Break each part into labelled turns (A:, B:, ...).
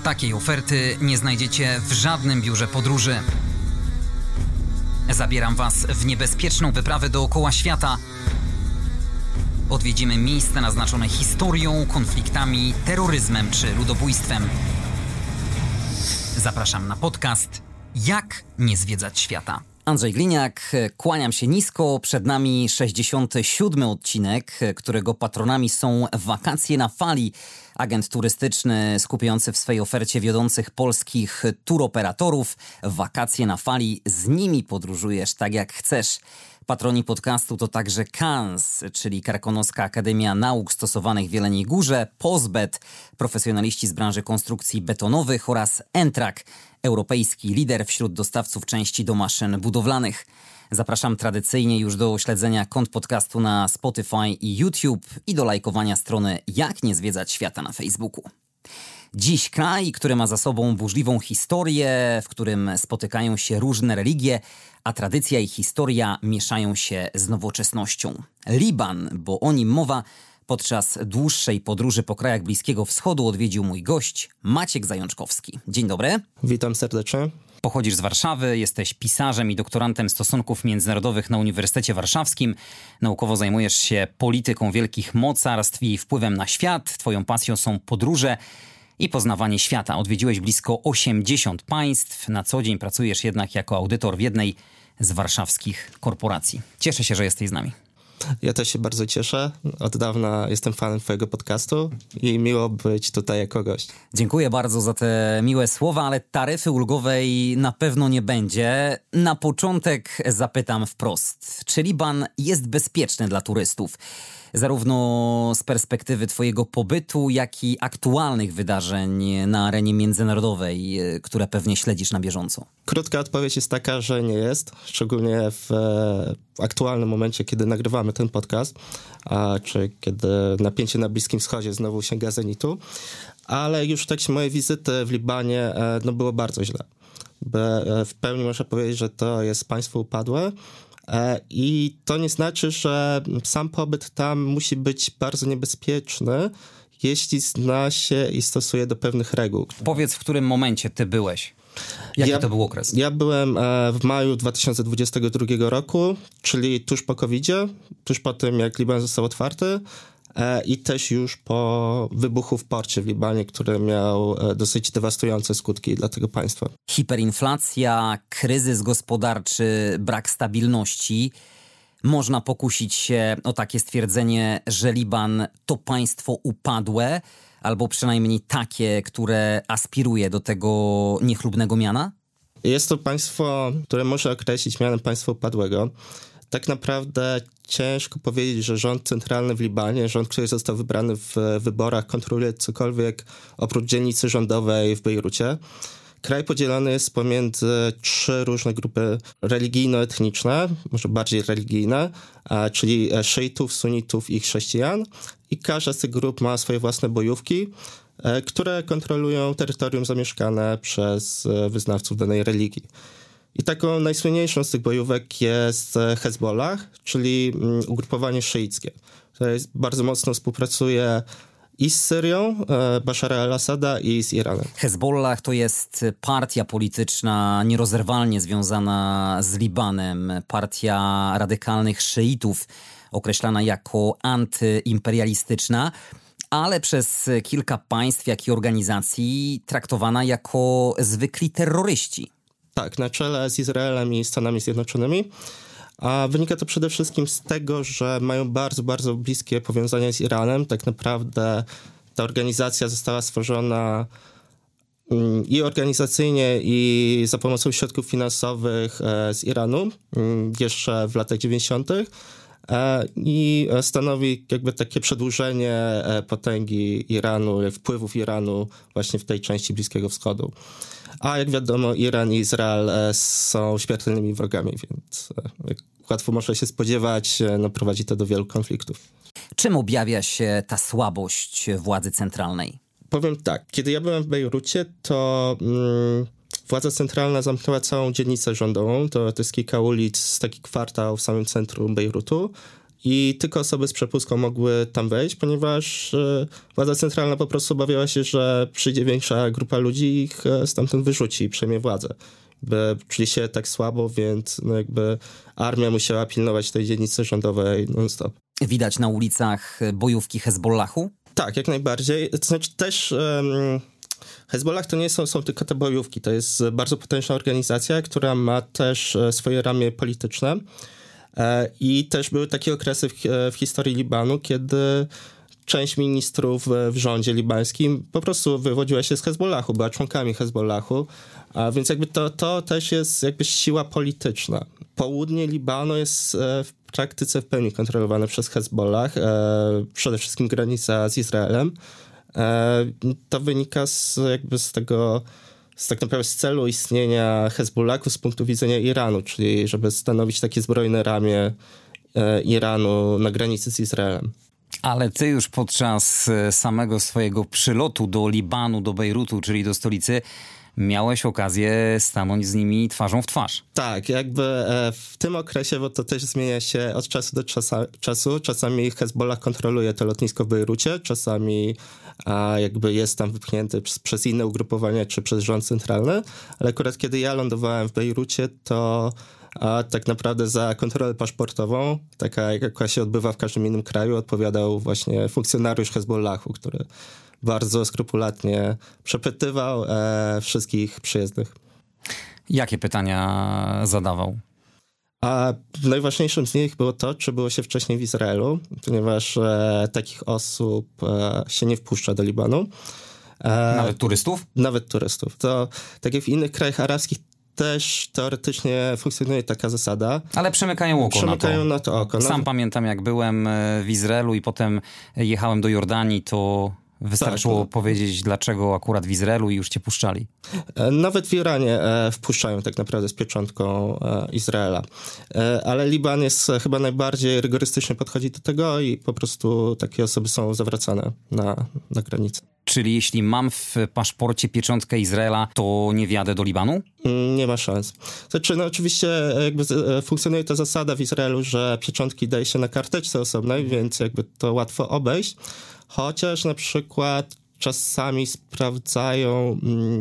A: Takiej oferty nie znajdziecie w żadnym biurze podróży. Zabieram Was w niebezpieczną wyprawę dookoła świata. Odwiedzimy miejsca naznaczone historią, konfliktami, terroryzmem czy ludobójstwem. Zapraszam na podcast Jak nie zwiedzać świata.
B: Andrzej Gliniak, kłaniam się nisko. Przed nami 67. odcinek, którego patronami są Wakacje na Fali, agent turystyczny skupiający w swej ofercie wiodących polskich turoperatorów. Wakacje na Fali, z nimi podróżujesz tak jak chcesz. Patroni podcastu to także KANS, czyli Karkonoska Akademia Nauk Stosowanych w Jeleniej Górze, POSBET, profesjonaliści z branży konstrukcji betonowych oraz Entrak, europejski lider wśród dostawców części do maszyn budowlanych. Zapraszam tradycyjnie już do śledzenia kont podcastu na Spotify i YouTube i do lajkowania strony Jak nie zwiedzać świata na Facebooku. Dziś kraj, który ma za sobą burzliwą historię, w którym spotykają się różne religie, a tradycja i historia mieszają się z nowoczesnością. Liban, bo o nim mowa, podczas dłuższej podróży po krajach Bliskiego Wschodu odwiedził mój gość Maciek Zajączkowski. Dzień dobry.
C: Witam serdecznie.
A: Pochodzisz z Warszawy, jesteś pisarzem i doktorantem stosunków międzynarodowych na Uniwersytecie Warszawskim. Naukowo zajmujesz się polityką wielkich mocarstw i wpływem na świat. Twoją pasją są podróże i poznawanie świata. Odwiedziłeś blisko 80 państw. Na co dzień pracujesz jednak jako audytor w jednej z warszawskich korporacji. Cieszę się, że jesteś z nami.
C: Ja też się bardzo cieszę. Od dawna jestem fanem twojego podcastu i miło być tutaj jako gość.
B: Dziękuję bardzo za te miłe słowa, ale taryfy ulgowej na pewno nie będzie. Na początek zapytam wprost. Czy Liban jest bezpieczny dla turystów? Zarówno z perspektywy twojego pobytu, jak i aktualnych wydarzeń na arenie międzynarodowej, które pewnie śledzisz na bieżąco.
C: Krótka odpowiedź jest taka, że nie jest. Szczególnie w aktualnym momencie, kiedy nagrywamy ten podcast, czy kiedy napięcie na Bliskim Wschodzie znowu sięga zenitu. Ale już w trakcie mojej wizyty w Libanie było bardzo źle. W pełni można powiedzieć, że to jest państwo upadłe. I to nie znaczy, że sam pobyt tam musi być bardzo niebezpieczny, jeśli zna się i stosuje do pewnych reguł.
A: Powiedz, w którym momencie ty byłeś? Jaki to był okres?
C: Ja byłem w maju 2022 roku, czyli tuż po COVID-zie, tuż po tym, jak Liban został otwarty. I też już po wybuchu w porcie w Libanie, który miał dosyć dewastujące skutki dla tego państwa.
B: Hiperinflacja, kryzys gospodarczy, brak stabilności. Można pokusić się o takie stwierdzenie, że Liban to państwo upadłe, albo przynajmniej takie, które aspiruje do tego niechlubnego miana?
C: Jest to państwo, które można określić mianem państwa upadłego. Tak naprawdę ciężko powiedzieć, że rząd centralny w Libanie, rząd, który został wybrany w wyborach, kontroluje cokolwiek oprócz dzielnicy rządowej w Bejrucie. Kraj podzielony jest pomiędzy 3 różne grupy religijno-etniczne, może bardziej religijne, czyli szyitów, sunitów i chrześcijan. I każda z tych grup ma swoje własne bojówki, które kontrolują terytorium zamieszkane przez wyznawców danej religii. I taką najsłynniejszą z tych bojówek jest Hezbollah, czyli ugrupowanie szyickie, które bardzo mocno współpracuje i z Syrią, Bashara al-Assada, i z Iranem.
B: Hezbollah to jest partia polityczna nierozerwalnie związana z Libanem. Partia radykalnych szyitów, określana jako antyimperialistyczna, ale przez kilka państw, jak i organizacji traktowana jako zwykli terroryści.
C: Tak, na czele z Izraelem i Stanami Zjednoczonymi. A wynika to przede wszystkim z tego, że mają bardzo, bardzo bliskie powiązania z Iranem. Tak naprawdę ta organizacja została stworzona i organizacyjnie, i za pomocą środków finansowych z Iranu jeszcze w latach 90. I stanowi jakby takie przedłużenie potęgi Iranu, wpływów Iranu właśnie w tej części Bliskiego Wschodu. A jak wiadomo, Iran i Izrael są śmiertelnymi wrogami, więc jak łatwo można się spodziewać, prowadzi to do wielu konfliktów.
B: Czym objawia się ta słabość władzy centralnej?
C: Powiem tak, kiedy ja byłem w Bejrucie, to władza centralna zamknęła całą dzielnicę rządową. To jest kilka ulic, taki kwartał w samym centrum Bejrutu. i tylko osoby z przepustką mogły tam wejść, ponieważ władza centralna po prostu obawiała się, że przyjdzie większa grupa ludzi i ich stamtąd wyrzuci i przejmie władzę. Czuli się tak słabo, więc jakby armia musiała pilnować tej dzielnicy rządowej non-stop.
B: Widać na ulicach bojówki Hezbollahu?
C: Tak, jak najbardziej. To znaczy też Hezbollah to nie są tylko te bojówki. To jest bardzo potężna organizacja, która ma też swoje ramię polityczne. I też były takie okresy w historii Libanu, kiedy część ministrów w rządzie libańskim po prostu wywodziła się z Hezbollahu, była członkami Hezbollahu, a więc jakby to też jest jakby siła polityczna. Południe Libanu jest w praktyce w pełni kontrolowane przez Hezbollah, przede wszystkim granica z Izraelem. To wynika z tak naprawdę z celu istnienia Hezbollahu z punktu widzenia Iranu, czyli żeby stanowić takie zbrojne ramię Iranu na granicy z Izraelem.
A: Ale ty już podczas samego swojego przylotu do Libanu, do Bejrutu, czyli do stolicy, miałeś okazję stanąć z nimi twarzą w twarz.
C: Tak, jakby w tym okresie, bo to też zmienia się od czasu do czasu. Czasami Hezbollah kontroluje to lotnisko w Bejrucie, czasami jakby jest tam wypchnięty przez inne ugrupowania czy przez rząd centralny, ale akurat kiedy ja lądowałem w Bejrucie, to tak naprawdę za kontrolę paszportową, taka jaka się odbywa w każdym innym kraju, odpowiadał właśnie funkcjonariusz Hezbollahu, który bardzo skrupulatnie przepytywał wszystkich przyjezdnych.
A: Jakie pytania zadawał?
C: A najważniejszym z nich było to, czy było się wcześniej w Izraelu, ponieważ takich osób się nie wpuszcza do Libanu.
A: Nawet turystów?
C: Nawet turystów. To tak jak w innych krajach arabskich też teoretycznie funkcjonuje taka zasada.
A: Ale przemykają
C: na to oko.
A: Sam pamiętam, jak byłem w Izraelu i potem jechałem do Jordanii, to wystarczyło powiedzieć, dlaczego akurat w Izraelu i już cię puszczali.
C: Nawet w Iranie wpuszczają tak naprawdę z pieczątką Izraela. Ale Liban jest chyba najbardziej rygorystycznie podchodzi do tego i po prostu takie osoby są zawracane na granicę.
A: Czyli jeśli mam w paszporcie pieczątkę Izraela, to nie wjadę do Libanu?
C: Nie ma szans. Znaczy, oczywiście jakby funkcjonuje ta zasada w Izraelu, że pieczątki daje się na karteczce osobnej, więc jakby to łatwo obejść. Chociaż na przykład czasami sprawdzają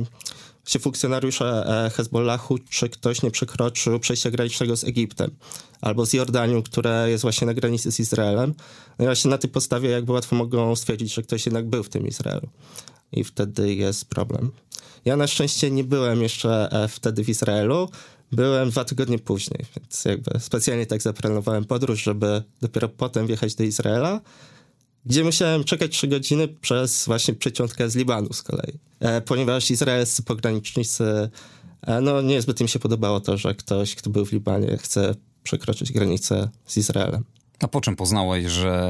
C: się funkcjonariusze Hezbollahu, czy ktoś nie przekroczył przejścia granicznego z Egiptem albo z Jordanią, która jest właśnie na granicy z Izraelem. No i właśnie na tej podstawie jakby łatwo mogą stwierdzić, że ktoś jednak był w tym Izraelu. I wtedy jest problem. Ja na szczęście nie byłem jeszcze wtedy w Izraelu. Byłem 2 tygodnie później, więc jakby specjalnie tak zaplanowałem podróż, żeby dopiero potem wjechać do Izraela, gdzie musiałem czekać 3 godziny przez właśnie przeciątkę z Libanu z kolei. Ponieważ izraelscy pogranicznicy, niezbyt im się podobało to, że ktoś, kto był w Libanie, chce przekroczyć granicę z Izraelem.
A: A po czym poznałeś,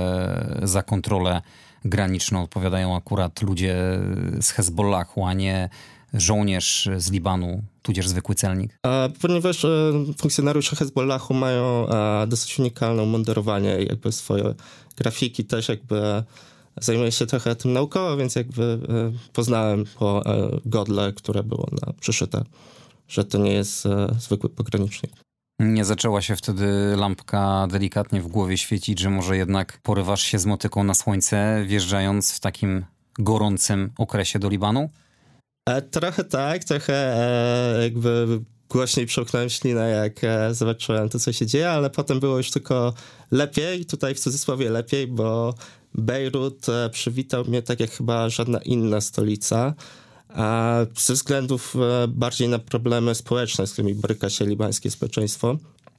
A: że za kontrolę graniczną odpowiadają akurat ludzie z Hezbollahu, a nie żołnierz z Libanu, tudzież zwykły celnik?
C: Ponieważ funkcjonariusze Hezbollahu mają dosyć unikalne umundurowanie i jakby swoje grafiki też jakby zajmuję się trochę tym naukowo, więc jakby poznałem po godle, które było przyszyte, że to nie jest zwykły pogranicznik.
A: Nie zaczęła się wtedy lampka delikatnie w głowie świecić, że może jednak porywasz się z motyką na słońce, wjeżdżając w takim gorącym okresie do Libanu?
C: Trochę tak, trochę jakby głośniej przełknąłem ślinę, jak zobaczyłem to, co się dzieje, ale potem było już tylko lepiej, tutaj w cudzysłowie lepiej, bo Bejrut przywitał mnie tak jak chyba żadna inna stolica, a ze względów bardziej na problemy społeczne, z którymi boryka się libańskie społeczeństwo.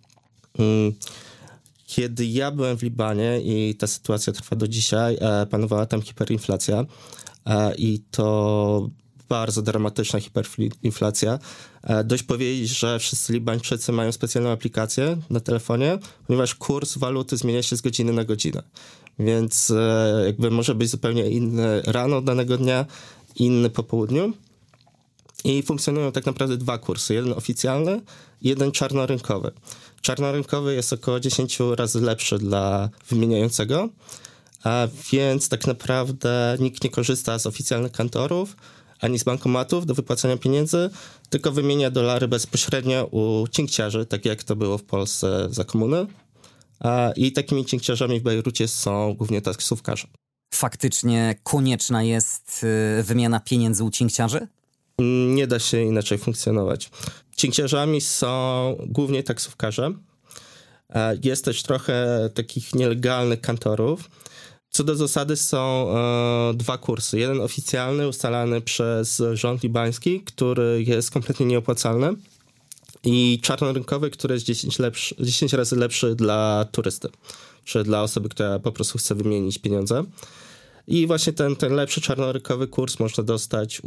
C: Kiedy ja byłem w Libanie i ta sytuacja trwa do dzisiaj, panowała tam hiperinflacja i to bardzo dramatyczna hiperinflacja. Dość powiedzieć, że wszyscy Libańczycy mają specjalną aplikację na telefonie, ponieważ kurs waluty zmienia się z godziny na godzinę. Więc jakby może być zupełnie inny rano danego dnia, inny po południu. I funkcjonują tak naprawdę 2 kursy. Jeden oficjalny, jeden czarnorynkowy. Czarnorynkowy jest około 10 razy lepszy dla wymieniającego, więc tak naprawdę nikt nie korzysta z oficjalnych kantorów, ani z bankomatów do wypłacania pieniędzy, tylko wymienia dolary bezpośrednio u cinkciarzy, tak jak to było w Polsce za komuny, I takimi cinkciarzami w Bejrucie są głównie taksówkarze.
B: Faktycznie konieczna jest wymiana pieniędzy u cinkciarzy?
C: Nie da się inaczej funkcjonować. Cinkciarzami są głównie taksówkarze. Jest też trochę takich nielegalnych kantorów. Co do zasady są dwa kursy. Jeden oficjalny, ustalany przez rząd libański, który jest kompletnie nieopłacalny, i czarnorynkowy, który jest 10 razy lepszy dla turysty, czy dla osoby, która po prostu chce wymienić pieniądze. I właśnie ten lepszy czarnorynkowy kurs można dostać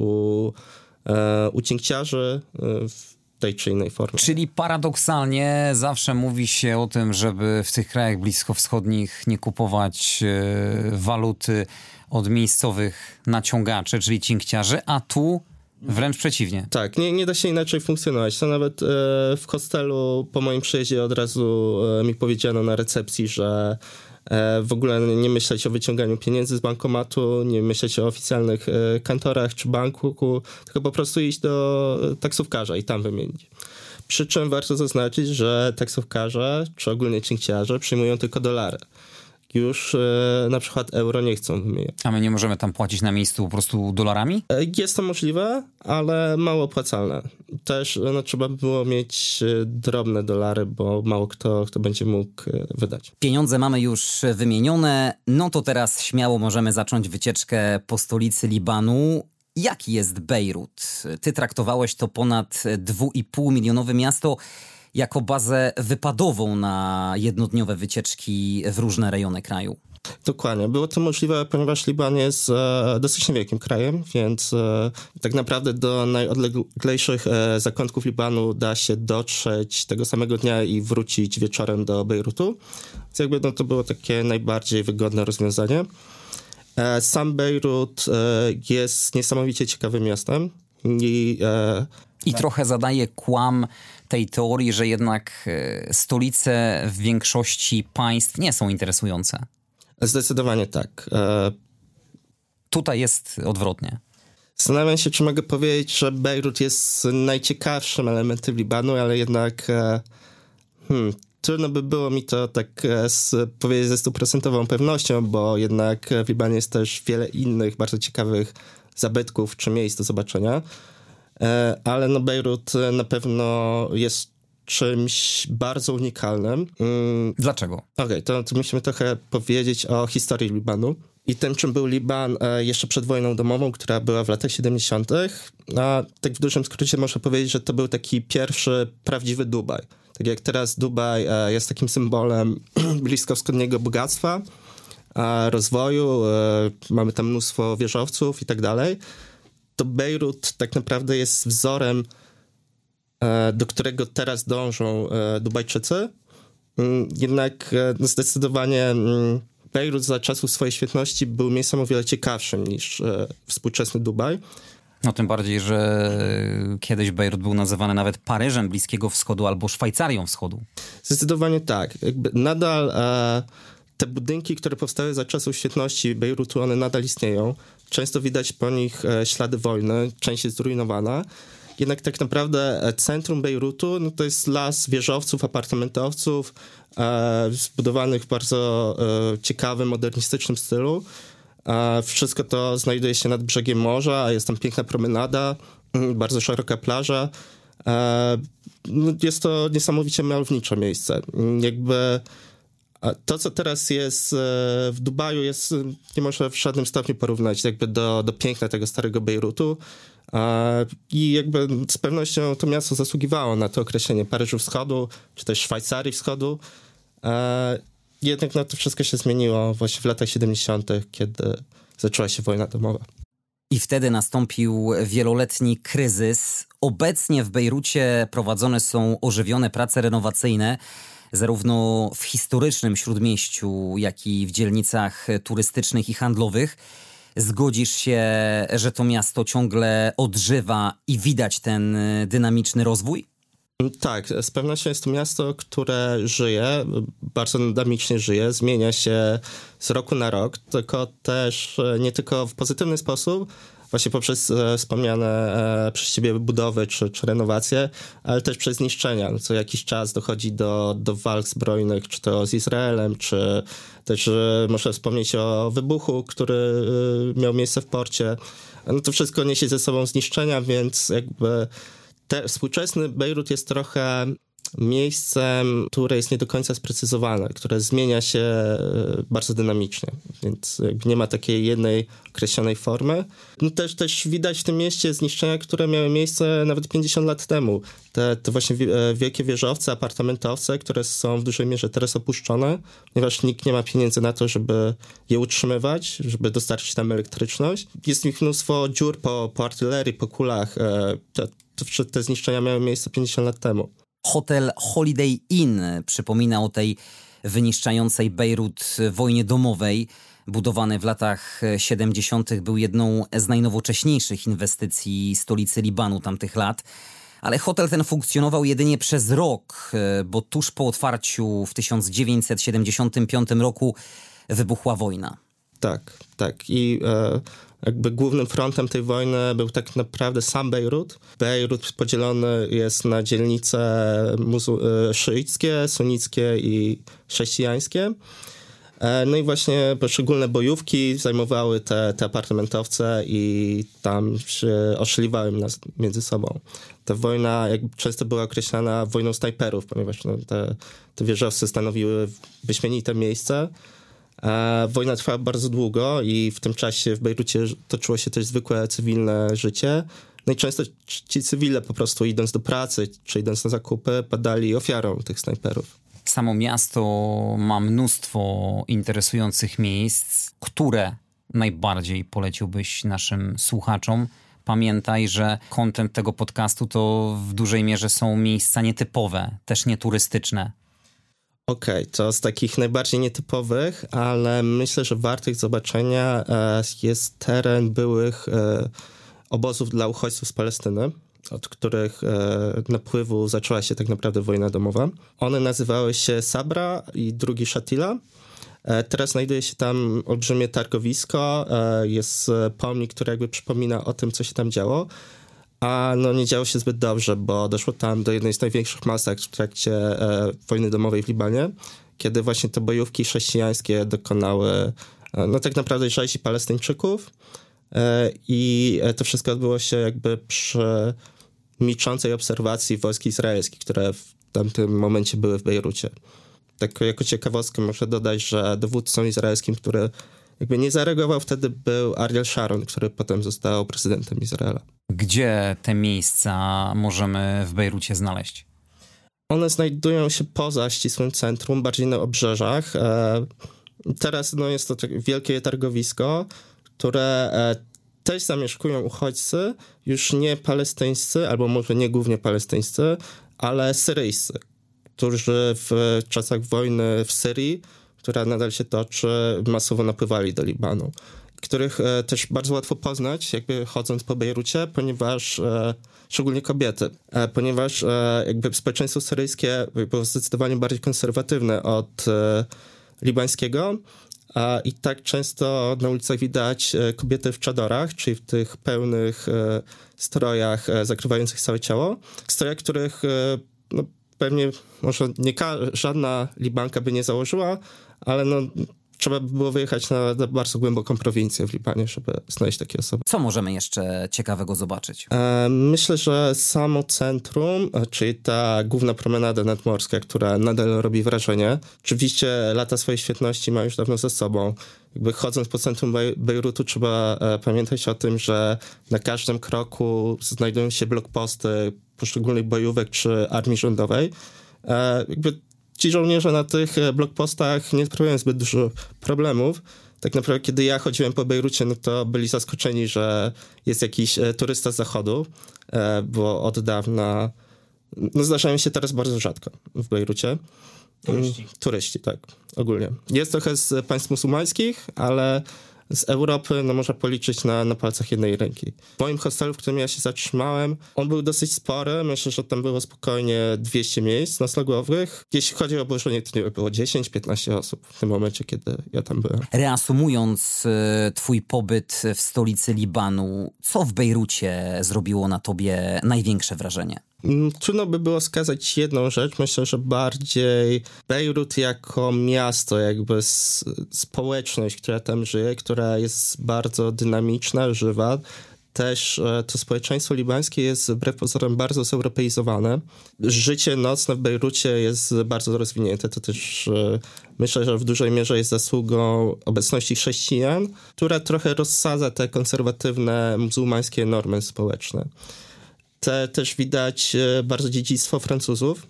C: u cinkciarzy w tej czy innej formie.
A: Czyli paradoksalnie zawsze mówi się o tym, żeby w tych krajach bliskowschodnich nie kupować waluty od miejscowych naciągaczy, czyli cinkciarzy, a tu wręcz przeciwnie.
C: Tak, nie da się inaczej funkcjonować. To nawet w hostelu po moim przyjeździe od razu mi powiedziano na recepcji, że w ogóle nie myśleć o wyciąganiu pieniędzy z bankomatu, nie myśleć o oficjalnych kantorach czy banku, tylko po prostu iść do taksówkarza i tam wymienić. Przy czym warto zaznaczyć, że taksówkarze, czy ogólnie cinkciarze, przyjmują tylko dolary. Już na przykład euro nie chcą wymieniać.
A: A my nie możemy tam płacić na miejscu po prostu dolarami?
C: Jest to możliwe, ale mało opłacalne. Też trzeba by było mieć drobne dolary, bo mało kto będzie mógł wydać.
B: Pieniądze mamy już wymienione, no to teraz śmiało możemy zacząć wycieczkę po stolicy Libanu. Jaki jest Bejrut? Ty traktowałeś to ponad 2,5 milionowe miasto jako bazę wypadową na jednodniowe wycieczki w różne rejony kraju.
C: Dokładnie. Było to możliwe, ponieważ Liban jest dosyć niewielkim krajem, więc tak naprawdę do najodleglejszych zakątków Libanu da się dotrzeć tego samego dnia i wrócić wieczorem do Bejrutu. Więc jakby to było takie najbardziej wygodne rozwiązanie. Sam Bejrut jest niesamowicie ciekawym miastem
A: I trochę zadaje kłam tej teorii, że jednak stolice w większości państw nie są interesujące.
C: Zdecydowanie tak.
A: Tutaj jest odwrotnie.
C: Zastanawiam się, czy mogę powiedzieć, że Bejrut jest najciekawszym elementem Libanu, ale jednak trudno by było mi to tak powiedzieć ze 100% pewnością, bo jednak w Libanie jest też wiele innych bardzo ciekawych zabytków czy miejsc do zobaczenia. Ale Bejrut na pewno jest czymś bardzo unikalnym.
A: Dlaczego?
C: Okej, to musimy trochę powiedzieć o historii Libanu i tym, czym był Liban jeszcze przed wojną domową, która była w latach 70. A tak w dużym skrócie można powiedzieć, że to był taki pierwszy prawdziwy Dubaj. Tak jak teraz Dubaj jest takim symbolem bliskowschodniego bogactwa, rozwoju, mamy tam mnóstwo wieżowców i tak dalej, to Bejrut tak naprawdę jest wzorem, do którego teraz dążą Dubajczycy. Jednak zdecydowanie Bejrut za czasów swojej świetności był miejscem o wiele ciekawszym niż współczesny Dubaj.
A: No tym bardziej, że kiedyś Bejrut był nazywany nawet Paryżem Bliskiego Wschodu albo Szwajcarią Wschodu.
C: Zdecydowanie tak. Nadal te budynki, które powstały za czasów świetności Bejrutu, one nadal istnieją. Często widać po nich ślady wojny, część jest zrujnowana. Jednak tak naprawdę centrum Bejrutu to jest las wieżowców, apartamentowców zbudowanych w bardzo ciekawym, modernistycznym stylu. Wszystko to znajduje się nad brzegiem morza, jest tam piękna promenada, bardzo szeroka plaża. Jest to niesamowicie malownicze miejsce. Jakby to, co teraz jest w Dubaju, nie można w żadnym stopniu porównać jakby do piękna tego starego Bejrutu. I jakby z pewnością to miasto zasługiwało na to określenie Paryżu Wschodu, czy też Szwajcarii Wschodu. Jednak to wszystko się zmieniło właśnie w latach 70., kiedy zaczęła się wojna domowa.
B: I wtedy nastąpił wieloletni kryzys. Obecnie w Bejrucie prowadzone są ożywione prace renowacyjne, zarówno w historycznym Śródmieściu, jak i w dzielnicach turystycznych i handlowych. Zgodzisz się, że to miasto ciągle odżywa i widać ten dynamiczny rozwój?
C: Tak, z pewnością jest to miasto, które żyje, bardzo dynamicznie żyje, zmienia się z roku na rok, tylko też nie tylko w pozytywny sposób, właśnie poprzez wspomniane przez ciebie budowy czy renowacje, ale też przez niszczenia. Co jakiś czas dochodzi do walk zbrojnych, czy to z Izraelem, czy też można wspomnieć o wybuchu, który miał miejsce w porcie. No to wszystko niesie ze sobą zniszczenia, więc jakby współczesny Bejrut jest trochę miejscem, które jest nie do końca sprecyzowane, które zmienia się bardzo dynamicznie, więc nie ma takiej jednej określonej formy. No też widać w tym mieście zniszczenia, które miały miejsce nawet 50 lat temu. Te właśnie wielkie wieżowce, apartamentowce, które są w dużej mierze teraz opuszczone, ponieważ nikt nie ma pieniędzy na to, żeby je utrzymywać, żeby dostarczyć tam elektryczność. Jest w nich mnóstwo dziur po artylerii, po kulach. Te zniszczenia miały miejsce 50 lat temu.
B: Hotel Holiday Inn przypomina o tej wyniszczającej Bejrut wojnie domowej. Budowany w latach 70. był jedną z najnowocześniejszych inwestycji stolicy Libanu tamtych lat. Ale hotel ten funkcjonował jedynie przez rok, bo tuż po otwarciu w 1975 roku wybuchła wojna.
C: Tak. I jakby głównym frontem tej wojny był tak naprawdę sam Bejrut. Bejrut podzielony jest na dzielnice szyickie, sunnickie i chrześcijańskie. No i właśnie poszczególne bojówki zajmowały te apartamentowce i tam się oszliwały między sobą. Ta wojna jakby często była określana wojną snajperów, ponieważ te wieżowce stanowiły wyśmienite miejsce. Wojna trwała bardzo długo i w tym czasie w Bejrucie toczyło się też zwykłe cywilne życie. No i często ci cywile po prostu idąc do pracy czy idąc na zakupy padali ofiarą tych snajperów.
A: Samo miasto ma mnóstwo interesujących miejsc. Które najbardziej poleciłbyś naszym słuchaczom? Pamiętaj, że content tego podcastu to w dużej mierze są miejsca nietypowe, też nieturystyczne.
C: Okej, to z takich najbardziej nietypowych, ale myślę, że wartych zobaczenia jest teren byłych obozów dla uchodźców z Palestyny, od których napływu zaczęła się tak naprawdę wojna domowa. One nazywały się Sabra i drugi Shatila. Teraz znajduje się tam olbrzymie targowisko, jest pomnik, który jakby przypomina o tym, co się tam działo. A no nie działo się zbyt dobrze, bo doszło tam do jednej z największych masakr w trakcie wojny domowej w Libanie, kiedy właśnie te bojówki chrześcijańskie dokonały no tak naprawdę rzezi Palestyńczyków i to wszystko odbyło się jakby przy milczącej obserwacji wojsk izraelskich, które w tamtym momencie były w Bejrucie. Tak jako ciekawostkę muszę dodać, że dowódcą izraelskim, który jakby nie zareagował wtedy, był Ariel Sharon, który potem został prezydentem Izraela.
A: Gdzie te miejsca możemy w Bejrucie znaleźć?
C: One znajdują się poza ścisłym centrum, bardziej na obrzeżach. Teraz jest to tak wielkie targowisko, które też zamieszkują uchodźcy, już nie palestyńscy, albo może nie głównie palestyńscy, ale syryjscy, którzy w czasach wojny w Syrii, która nadal się toczy, masowo napływali do Libanu, których też bardzo łatwo poznać, jakby chodząc po Bejrucie, ponieważ szczególnie kobiety, ponieważ jakby społeczeństwo syryjskie było zdecydowanie bardziej konserwatywne od libańskiego i tak często na ulicach widać kobiety w czadorach, czyli w tych pełnych strojach zakrywających całe ciało, strojach, których pewnie może żadna Libanka by nie założyła, ale trzeba by było wyjechać na bardzo głęboką prowincję w Libanie, żeby znaleźć takie osoby.
B: Co możemy jeszcze ciekawego zobaczyć?
C: Myślę, że samo centrum, czyli ta główna promenada nadmorska, która nadal robi wrażenie. Oczywiście lata swojej świetności ma już dawno ze sobą. Jakby chodząc po centrum Bejrutu trzeba pamiętać o tym, że na każdym kroku znajdują się blokposty poszczególnych bojówek czy armii rządowej. Jakby ci żołnierze na tych blokpostach nie sprawiają zbyt dużo problemów. Tak naprawdę, kiedy ja chodziłem po Bejrucie, to byli zaskoczeni, że jest jakiś turysta z zachodu, bo od dawna zdarzają się teraz bardzo rzadko w Bejrucie. Turyści, tak, ogólnie. Jest trochę z państw muzułmańskich, ale Z Europy no, można policzyć na palcach jednej ręki. W moim hostelu, w którym ja się zatrzymałem, on był dosyć spory. Myślę, że tam było spokojnie 200 miejsc noclegowych. Jeśli chodzi o obłożenie, to nie było 10-15 osób w tym momencie, kiedy ja tam byłem.
B: Reasumując twój pobyt w stolicy Libanu, co w Bejrucie zrobiło na tobie największe wrażenie?
C: Trudno by było wskazać jedną rzecz. Myślę, że bardziej Bejrut jako miasto, jakby społeczność, która tam żyje, która jest bardzo dynamiczna, żywa. Też to społeczeństwo libańskie jest wbrew pozorom bardzo zeuropeizowane. Życie nocne w Bejrucie jest bardzo rozwinięte. To też myślę, że w dużej mierze jest zasługą obecności chrześcijan, która trochę rozsadza te konserwatywne muzułmańskie normy społeczne. Też widać bardzo dziedzictwo Francuzów.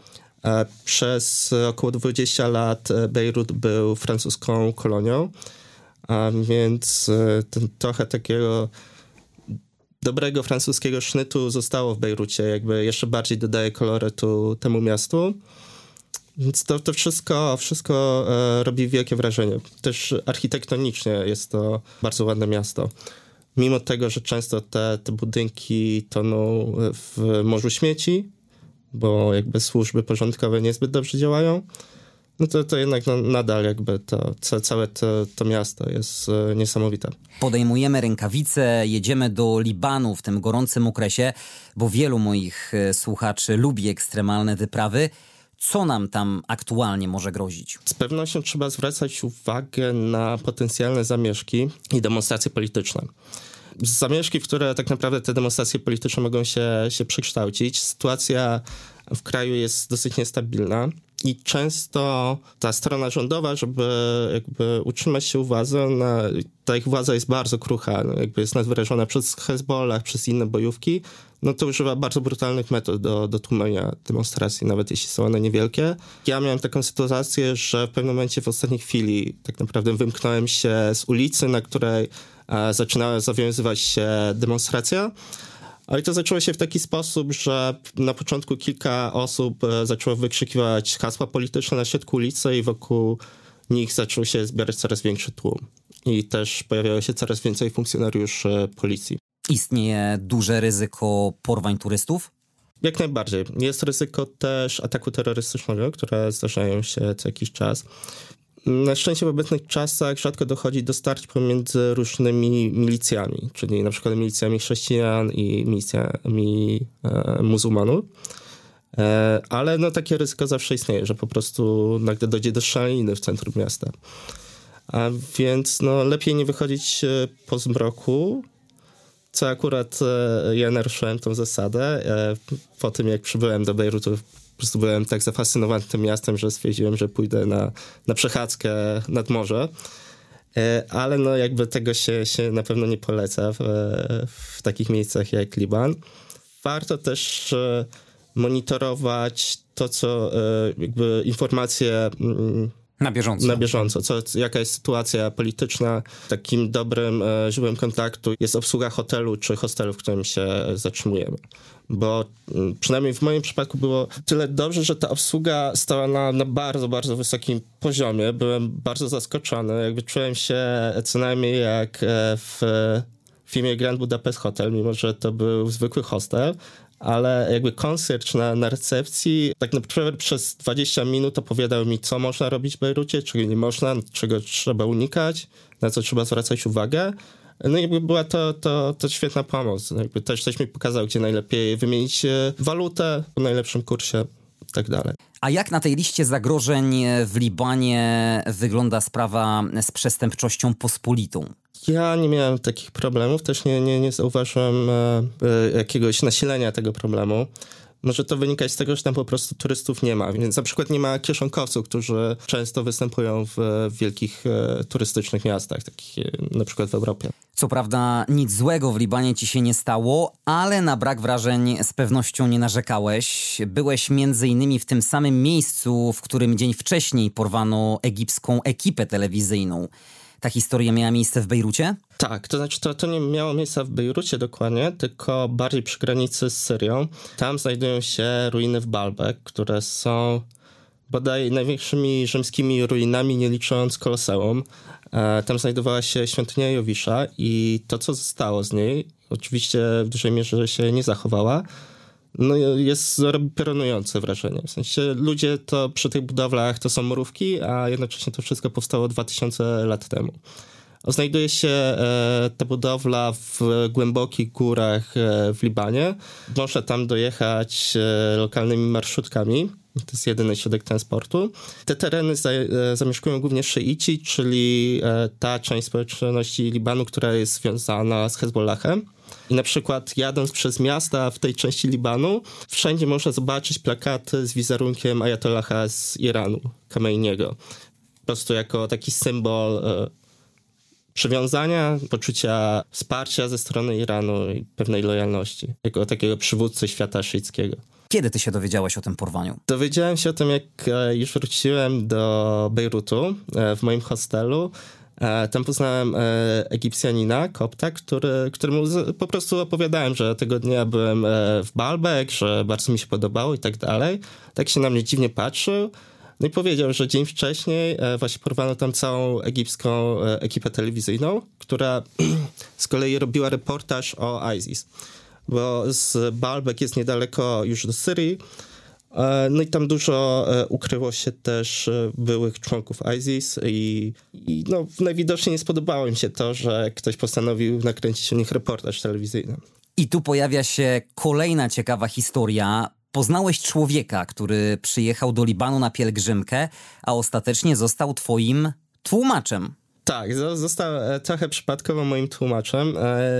C: Przez około 20 lat Bejrut był francuską kolonią, a więc trochę takiego dobrego francuskiego sznytu zostało w Bejrucie, jakby jeszcze bardziej dodaje kolorytu temu miastu. Więc to wszystko robi wielkie wrażenie. Też architektonicznie jest to bardzo ładne miasto. Mimo tego, że często te budynki toną w morzu śmieci, bo jakby służby porządkowe niezbyt dobrze działają, no to jednak nadal jakby całe to miasto jest niesamowite.
B: Podejmujemy rękawice, jedziemy do Libanu w tym gorącym okresie, bo wielu moich słuchaczy lubi ekstremalne wyprawy. Co nam tam aktualnie może grozić?
C: Z pewnością trzeba zwracać uwagę na potencjalne zamieszki i demonstracje polityczne. Zamieszki, w które tak naprawdę te demonstracje polityczne mogą się przekształcić. Sytuacja w kraju jest dosyć niestabilna i często ta strona rządowa, żeby jakby utrzymać się u władzy, ta ich władza jest bardzo krucha, jakby jest nadwyrężona przez Hezbollah, przez inne bojówki, no to używa bardzo brutalnych metod do tłumienia demonstracji, nawet jeśli są one niewielkie. Ja miałem taką sytuację, że w pewnym momencie w ostatniej chwili tak naprawdę wymknąłem się z ulicy, na której zaczynała zawiązywać się demonstracja. Ale to zaczęło się w taki sposób, że na początku kilka osób zaczęło wykrzykiwać hasła polityczne na środku ulicy i wokół nich zaczął się zbierać coraz większy tłum. I też pojawiało się coraz więcej funkcjonariuszy policji.
B: Istnieje duże ryzyko porwań turystów?
C: Jak najbardziej. Jest ryzyko też ataku terrorystycznego, które zdarzają się co jakiś czas. Na szczęście w obecnych czasach rzadko dochodzi do starć pomiędzy różnymi milicjami, czyli na przykład milicjami chrześcijan i milicjami muzułmanów. Ale no takie ryzyko zawsze istnieje, że po prostu nagle dojdzie do strzelaniny w centrum miasta. A więc no lepiej nie wychodzić po zmroku, co akurat ja naruszyłem tą zasadę. Po tym jak przybyłem do Bejrutu, po prostu byłem tak zafascynowany tym miastem, że stwierdziłem, że pójdę na przechadzkę nad morze. Ale no jakby tego się na pewno nie poleca w takich miejscach jak Liban. Warto też monitorować to, co jakby informacje na bieżąco. Jaka jest sytuacja polityczna. Takim dobrym źródłem kontaktu jest obsługa hotelu czy hostelu, w którym się zatrzymujemy. Bo przynajmniej w moim przypadku było tyle dobrze, że ta obsługa stała na bardzo, bardzo wysokim poziomie. Byłem bardzo zaskoczony. Jakby czułem się co najmniej jak w filmie Grand Budapest Hotel, mimo że to był zwykły hostel. Ale jakby concierge na recepcji tak naprawdę przez 20 minut opowiadał mi, co można robić w Bejrucie, czego nie można, czego trzeba unikać, na co trzeba zwracać uwagę. No i jakby była to świetna pomoc. Jakby też mi pokazał, gdzie najlepiej wymienić walutę po najlepszym kursie i tak dalej.
B: A jak na tej liście zagrożeń w Libanie wygląda sprawa z przestępczością pospolitą?
C: Ja nie miałem takich problemów, też nie zauważyłem jakiegoś nasilenia tego problemu. Może to wynikać z tego, że tam po prostu turystów nie ma. Więc na przykład nie ma kieszonkowców, którzy często występują w wielkich turystycznych miastach, takich na przykład w Europie.
B: Co prawda nic złego w Libanie ci się nie stało, ale na brak wrażeń z pewnością nie narzekałeś. Byłeś między innymi w tym samym miejscu, w którym dzień wcześniej porwano egipską ekipę telewizyjną. Ta historia miała miejsce w Bejrucie?
C: Tak, to znaczy to nie miało miejsca w Bejrucie dokładnie, tylko bardziej przy granicy z Syrią. Tam znajdują się ruiny w Baalbek, które są bodaj największymi rzymskimi ruinami, nie licząc Koloseum. Tam znajdowała się świątynia Jowisza i to, co zostało z niej, oczywiście w dużej mierze się nie zachowała, no robi piorunujące wrażenie. W sensie ludzie to przy tych budowlach to są mrówki, a jednocześnie to wszystko powstało 2000 lat temu. Znajduje się ta budowla w głębokich górach w Libanie. Można tam dojechać lokalnymi marszrutkami. To jest jedyny środek transportu. Te tereny zamieszkują głównie szyici, czyli ta część społeczności Libanu, która jest związana z Hezbollahem. I na przykład jadąc przez miasta w tej części Libanu, wszędzie można zobaczyć plakaty z wizerunkiem ajatollaha z Iranu, Khameneiego. Po prostu jako taki symbol przywiązania, poczucia wsparcia ze strony Iranu i pewnej lojalności, jako takiego przywódcy świata szyickiego.
B: Kiedy ty się dowiedziałeś o tym porwaniu?
C: Dowiedziałem się o tym, jak już wróciłem do Bejrutu w moim hostelu. Tam poznałem Egipcjanina, kopta, któremu po prostu opowiadałem, że tego dnia byłem w Baalbek, że bardzo mi się podobało i tak dalej. Tak się na mnie dziwnie patrzył. No i powiedział, że dzień wcześniej właśnie porwano tam całą egipską ekipę telewizyjną, która z kolei robiła reportaż o ISIS. Bo z Baalbek jest niedaleko już do Syrii. No i tam dużo ukryło się też byłych członków ISIS i no, najwidoczniej nie spodobało im się to, że ktoś postanowił nakręcić o nich reportaż telewizyjny.
B: I tu pojawia się kolejna ciekawa historia. Poznałeś człowieka, który przyjechał do Libanu na pielgrzymkę, a ostatecznie został twoim tłumaczem.
C: Tak, został trochę przypadkowo moim tłumaczem.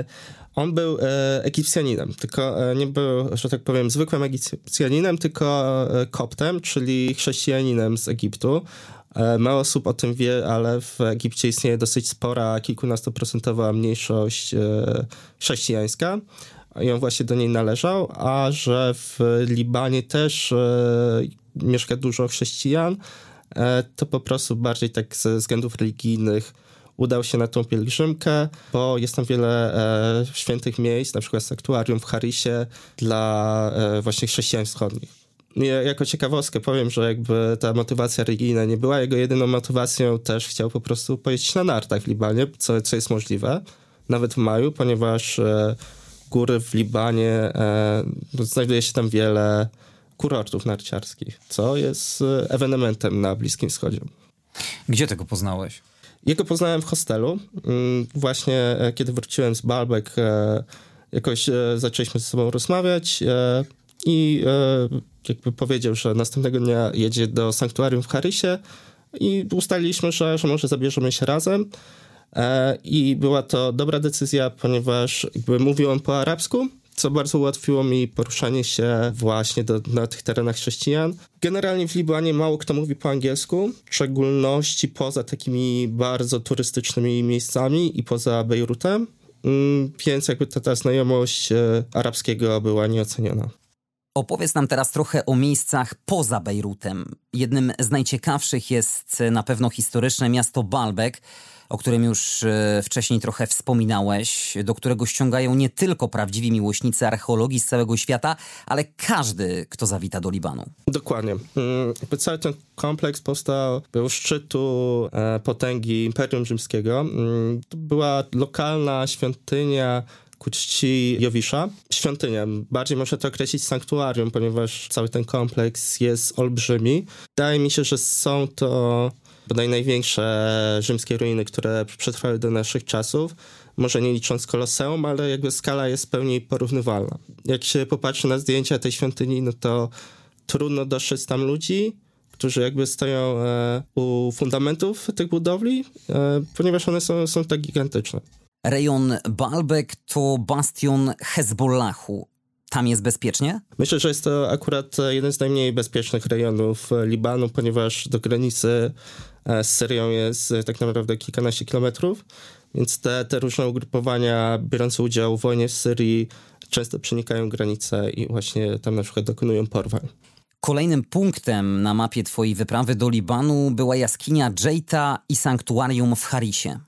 C: On był Egipcjaninem, tylko nie był, że tak powiem, zwykłym Egipcjaninem, tylko koptem, czyli chrześcijaninem z Egiptu. Mało osób o tym wie, ale w Egipcie istnieje dosyć spora, kilkunastoprocentowa mniejszość chrześcijańska. I on właśnie do niej należał, a że w Libanie też mieszka dużo chrześcijan, to po prostu bardziej tak ze względów religijnych udał się na tą pielgrzymkę, bo jest tam wiele świętych miejsc, na przykład sanktuarium w Harisie dla właśnie chrześcijan wschodnich. Jako ciekawostkę powiem, że jakby ta motywacja religijna nie była jego jedyną motywacją, też chciał po prostu pojeździć na nartach w Libanie, co jest możliwe, nawet w maju, ponieważ góry w Libanie, znajduje się tam wiele kurortów narciarskich, co jest ewenementem na Bliskim Wschodzie.
A: Gdzie tego poznałeś?
C: Jego poznałem w hostelu. Właśnie kiedy wróciłem z Baalbek, jakoś zaczęliśmy ze sobą rozmawiać i jakby powiedział, że następnego dnia jedzie do sanktuarium w Harisie i ustaliliśmy, że może zabierzemy się razem. I była to dobra decyzja, ponieważ jakby mówił on po arabsku, co bardzo ułatwiło mi poruszanie się właśnie na tych terenach chrześcijan. Generalnie w Libanie mało kto mówi po angielsku, w szczególności poza takimi bardzo turystycznymi miejscami i poza Bejrutem, więc jakby ta znajomość arabskiego była nieoceniona.
B: Opowiedz nam teraz trochę o miejscach poza Bejrutem. Jednym z najciekawszych jest na pewno historyczne miasto Baalbek, o którym już wcześniej trochę wspominałeś, do którego ściągają nie tylko prawdziwi miłośnicy archeologii z całego świata, ale każdy, kto zawita do Libanu.
C: Dokładnie. Cały ten kompleks powstał u szczytu potęgi Imperium Rzymskiego. To była lokalna świątynia ku czci Jowisza. Świątynia. Bardziej można to określić sanktuarium, ponieważ cały ten kompleks jest olbrzymi. Wydaje mi się, że są to bodaj największe rzymskie ruiny, które przetrwały do naszych czasów. Może nie licząc Koloseum, ale jakby skala jest w pełni porównywalna. Jak się popatrzy na zdjęcia tej świątyni, no to trudno dostrzec tam ludzi, którzy jakby stoją u fundamentów tych budowli, ponieważ one są tak gigantyczne.
B: Rejon Baalbek to bastion Hezbollahu. Tam jest bezpiecznie?
C: Myślę, że jest to akurat jeden z najmniej bezpiecznych rejonów Libanu, ponieważ do granicy z Syrią jest tak naprawdę kilkanaście kilometrów, więc te różne ugrupowania biorące udział w wojnie w Syrii często przenikają granice i właśnie tam na przykład dokonują porwań.
B: Kolejnym punktem na mapie twojej wyprawy do Libanu była jaskinia Dżejta i sanktuarium w Harisie.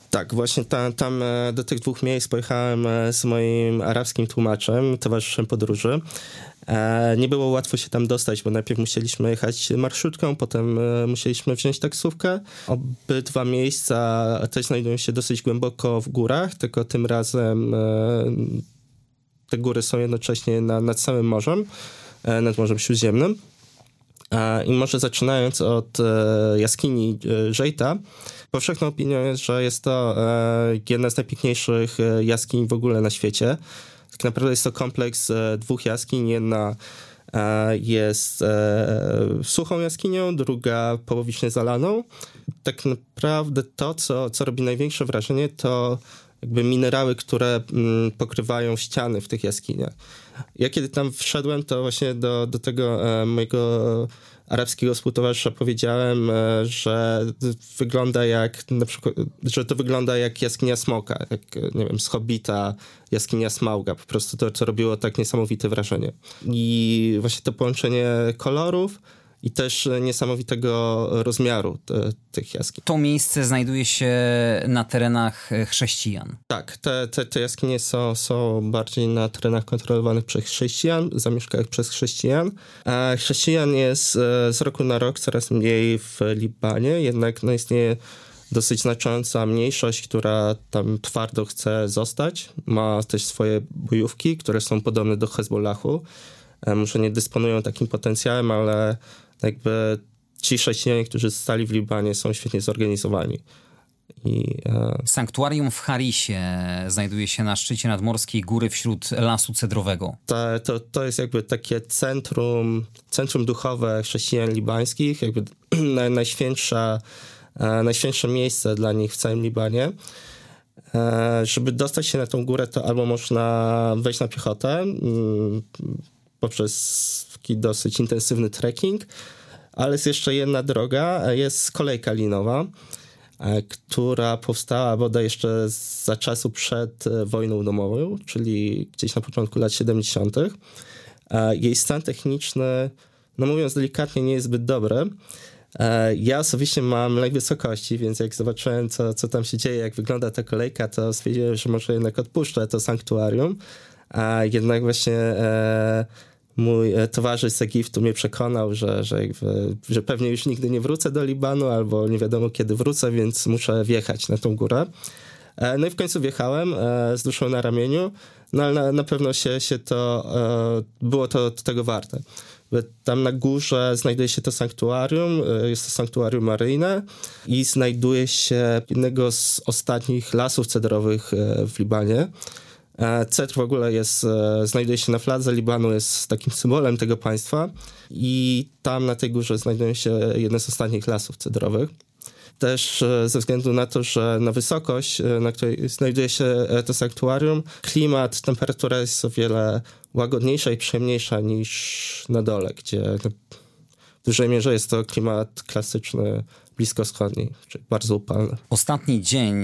C: Tak, właśnie tam do tych 2 miejsc pojechałem z moim arabskim tłumaczem, towarzyszem podróży. Nie było łatwo się tam dostać, bo najpierw musieliśmy jechać marszrutką, potem musieliśmy wziąć taksówkę. Obydwa miejsca też znajdują się dosyć głęboko w górach, tylko tym razem te góry są jednocześnie nad samym morzem, nad Morzem Śródziemnym. I może zaczynając od jaskini Żejta, powszechną opinią jest, że jest to jedna z najpiękniejszych jaskiń w ogóle na świecie. Tak naprawdę jest to kompleks 2 jaskiń. Jedna jest suchą jaskinią, druga połowicznie zalaną. Tak naprawdę to, co robi największe wrażenie, to jakby minerały, które pokrywają ściany w tych jaskiniach. Ja kiedy tam wszedłem, to właśnie do tego mojego arabskiego współtowarzysza powiedziałem, że wygląda jak na przykład, że to wygląda jak jaskinia Smoka, jak, nie wiem, z Hobbita, jaskinia Smauga. Po prostu to, co robiło tak niesamowite wrażenie. I właśnie to połączenie kolorów i też niesamowitego rozmiaru tych jaskiń.
A: To miejsce znajduje się na terenach chrześcijan.
C: Tak, te jaskinie są bardziej na terenach kontrolowanych przez chrześcijan, zamieszkanych przez chrześcijan. A chrześcijan jest z roku na rok coraz mniej w Libanie, jednak istnieje dosyć znacząca mniejszość, która tam twardo chce zostać. Ma też swoje bojówki, które są podobne do Hezbollahu. Może nie dysponują takim potencjałem, ale jakby ci chrześcijanie, którzy stali w Libanie, są świetnie zorganizowani.
A: Sanktuarium w Harisie znajduje się na szczycie nadmorskiej góry wśród lasu cedrowego.
C: To jest jakby takie centrum duchowe chrześcijan libańskich, jakby najświętsze miejsce dla nich w całym Libanie. Żeby dostać się na tą górę, to albo można wejść na piechotę poprzez taki dosyć intensywny trekking, ale jest jeszcze jedna droga, jest kolejka linowa, która powstała bodaj jeszcze za czasu przed wojną domową, czyli gdzieś na początku lat 70. Jej stan techniczny, no mówiąc delikatnie, nie jest zbyt dobry. Ja osobiście mam lęk wysokości, więc jak zobaczyłem, co tam się dzieje, jak wygląda ta kolejka, to stwierdziłem, że może jednak odpuszczę to sanktuarium. A jednak właśnie mój towarzysz z Egiptu mnie przekonał, że pewnie już nigdy nie wrócę do Libanu, albo nie wiadomo kiedy wrócę, więc muszę wjechać na tą górę. No i w końcu wjechałem z duszą na ramieniu, no ale na pewno było to tego warte. Tam na górze znajduje się to sanktuarium, jest to sanktuarium maryjne i znajduje się jednego z ostatnich lasów cedrowych w Libanie. Cedr w ogóle znajduje się na fladze Libanu, jest takim symbolem tego państwa i tam na tej górze znajdują się jedne z ostatnich lasów cedrowych. Też ze względu na to, że na wysokość, na której znajduje się to sanktuarium, klimat, temperatura jest o wiele łagodniejsza i przyjemniejsza niż na dole, gdzie w dużej mierze jest to klimat klasyczny, bliskowschodni, czyli bardzo upalny.
A: Ostatni dzień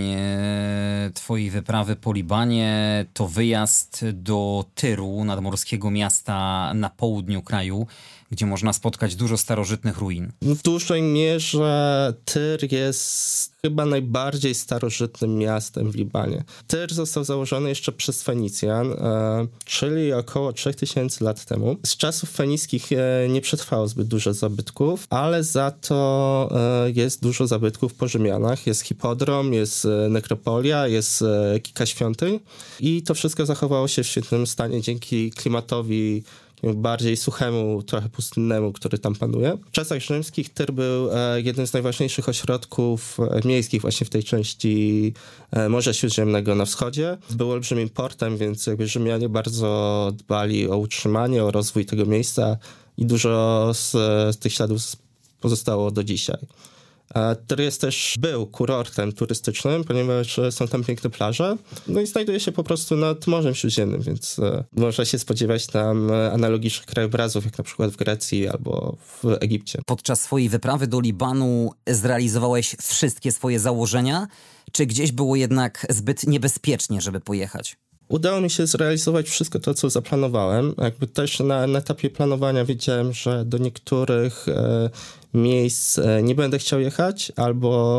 A: twojej wyprawy po Libanie to wyjazd do Tyru, nadmorskiego miasta na południu kraju, gdzie można spotkać dużo starożytnych ruin.
C: W dużej mierze Tyr jest chyba najbardziej starożytnym miastem w Libanie. Tyr został założony jeszcze przez Fenicjan, czyli około 3000 lat temu. Z czasów fenickich nie przetrwało zbyt dużo zabytków, ale za to jest dużo zabytków po Rzymianach. Jest hipodrom, jest nekropolia, jest kilka świątyń i to wszystko zachowało się w świetnym stanie dzięki klimatowi bardziej suchemu, trochę pustynnemu, który tam panuje. W czasach rzymskich Tyr był jednym z najważniejszych ośrodków miejskich właśnie w tej części Morza Śródziemnego na wschodzie. Był olbrzymim portem, więc jakby Rzymianie bardzo dbali o utrzymanie, o rozwój tego miejsca i dużo z tych śladów pozostało do dzisiaj. Tyr był kurortem turystycznym, ponieważ są tam piękne plaże. No i znajduje się po prostu nad Morzem Śródziemnym, więc można się spodziewać tam analogicznych krajobrazów, jak na przykład w Grecji albo w Egipcie.
B: Podczas swojej wyprawy do Libanu zrealizowałeś wszystkie swoje założenia? Czy gdzieś było jednak zbyt niebezpiecznie, żeby pojechać?
C: Udało mi się zrealizować wszystko to, co zaplanowałem. Jakby też na etapie planowania wiedziałem, że do niektórych miejsc nie będę chciał jechać, albo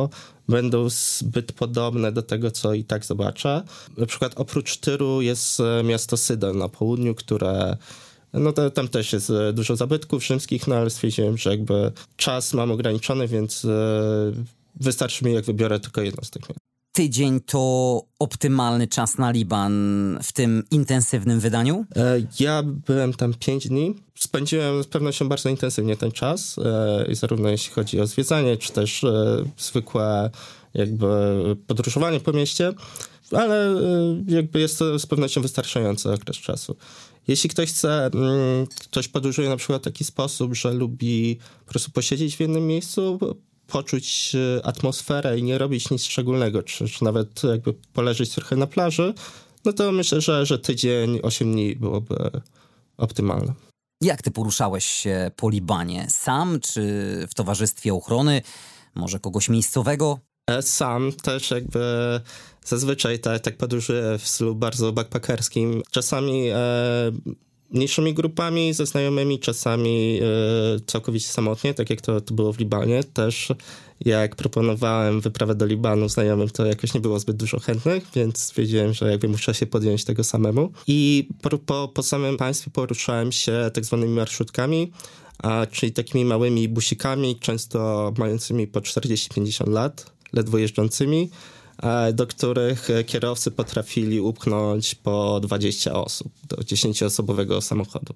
C: będą zbyt podobne do tego, co i tak zobaczę. Na przykład oprócz Tyru jest miasto Sydon na południu, które tam też jest dużo zabytków rzymskich, ale stwierdziłem, że jakby czas mam ograniczony, więc wystarczy mi, jak wybiorę tylko jedno z tych miejsc.
B: Tydzień to optymalny czas na Liban w tym intensywnym wydaniu?
C: Ja byłem tam 5 dni. Spędziłem z pewnością bardzo intensywnie ten czas, i zarówno jeśli chodzi o zwiedzanie, czy też zwykłe jakby podróżowanie po mieście, ale jakby jest to z pewnością wystarczający okres czasu. Jeśli ktoś podróżuje na przykład w taki sposób, że lubi po prostu posiedzieć w jednym miejscu, poczuć atmosferę i nie robić nic szczególnego, czy nawet jakby poleżeć trochę na plaży, no to myślę, że tydzień, 8 dni byłoby optymalne.
B: Jak ty poruszałeś się po Libanie? Sam czy w towarzystwie ochrony? Może kogoś miejscowego?
C: Sam też jakby zazwyczaj tak podróżuję w stylu bardzo backpackerskim. Czasami mniejszymi grupami ze znajomymi, czasami całkowicie samotnie, tak jak to było w Libanie. Też jak proponowałem wyprawę do Libanu znajomym, to jakoś nie było zbyt dużo chętnych, więc stwierdziłem, że jakby muszę się podjąć tego samemu. I po samym państwie poruszałem się tak zwanymi marszutkami, czyli takimi małymi busikami, często mającymi po 40-50 lat, ledwo jeżdżącymi, do których kierowcy potrafili upchnąć po 20 osób do 10-osobowego samochodu.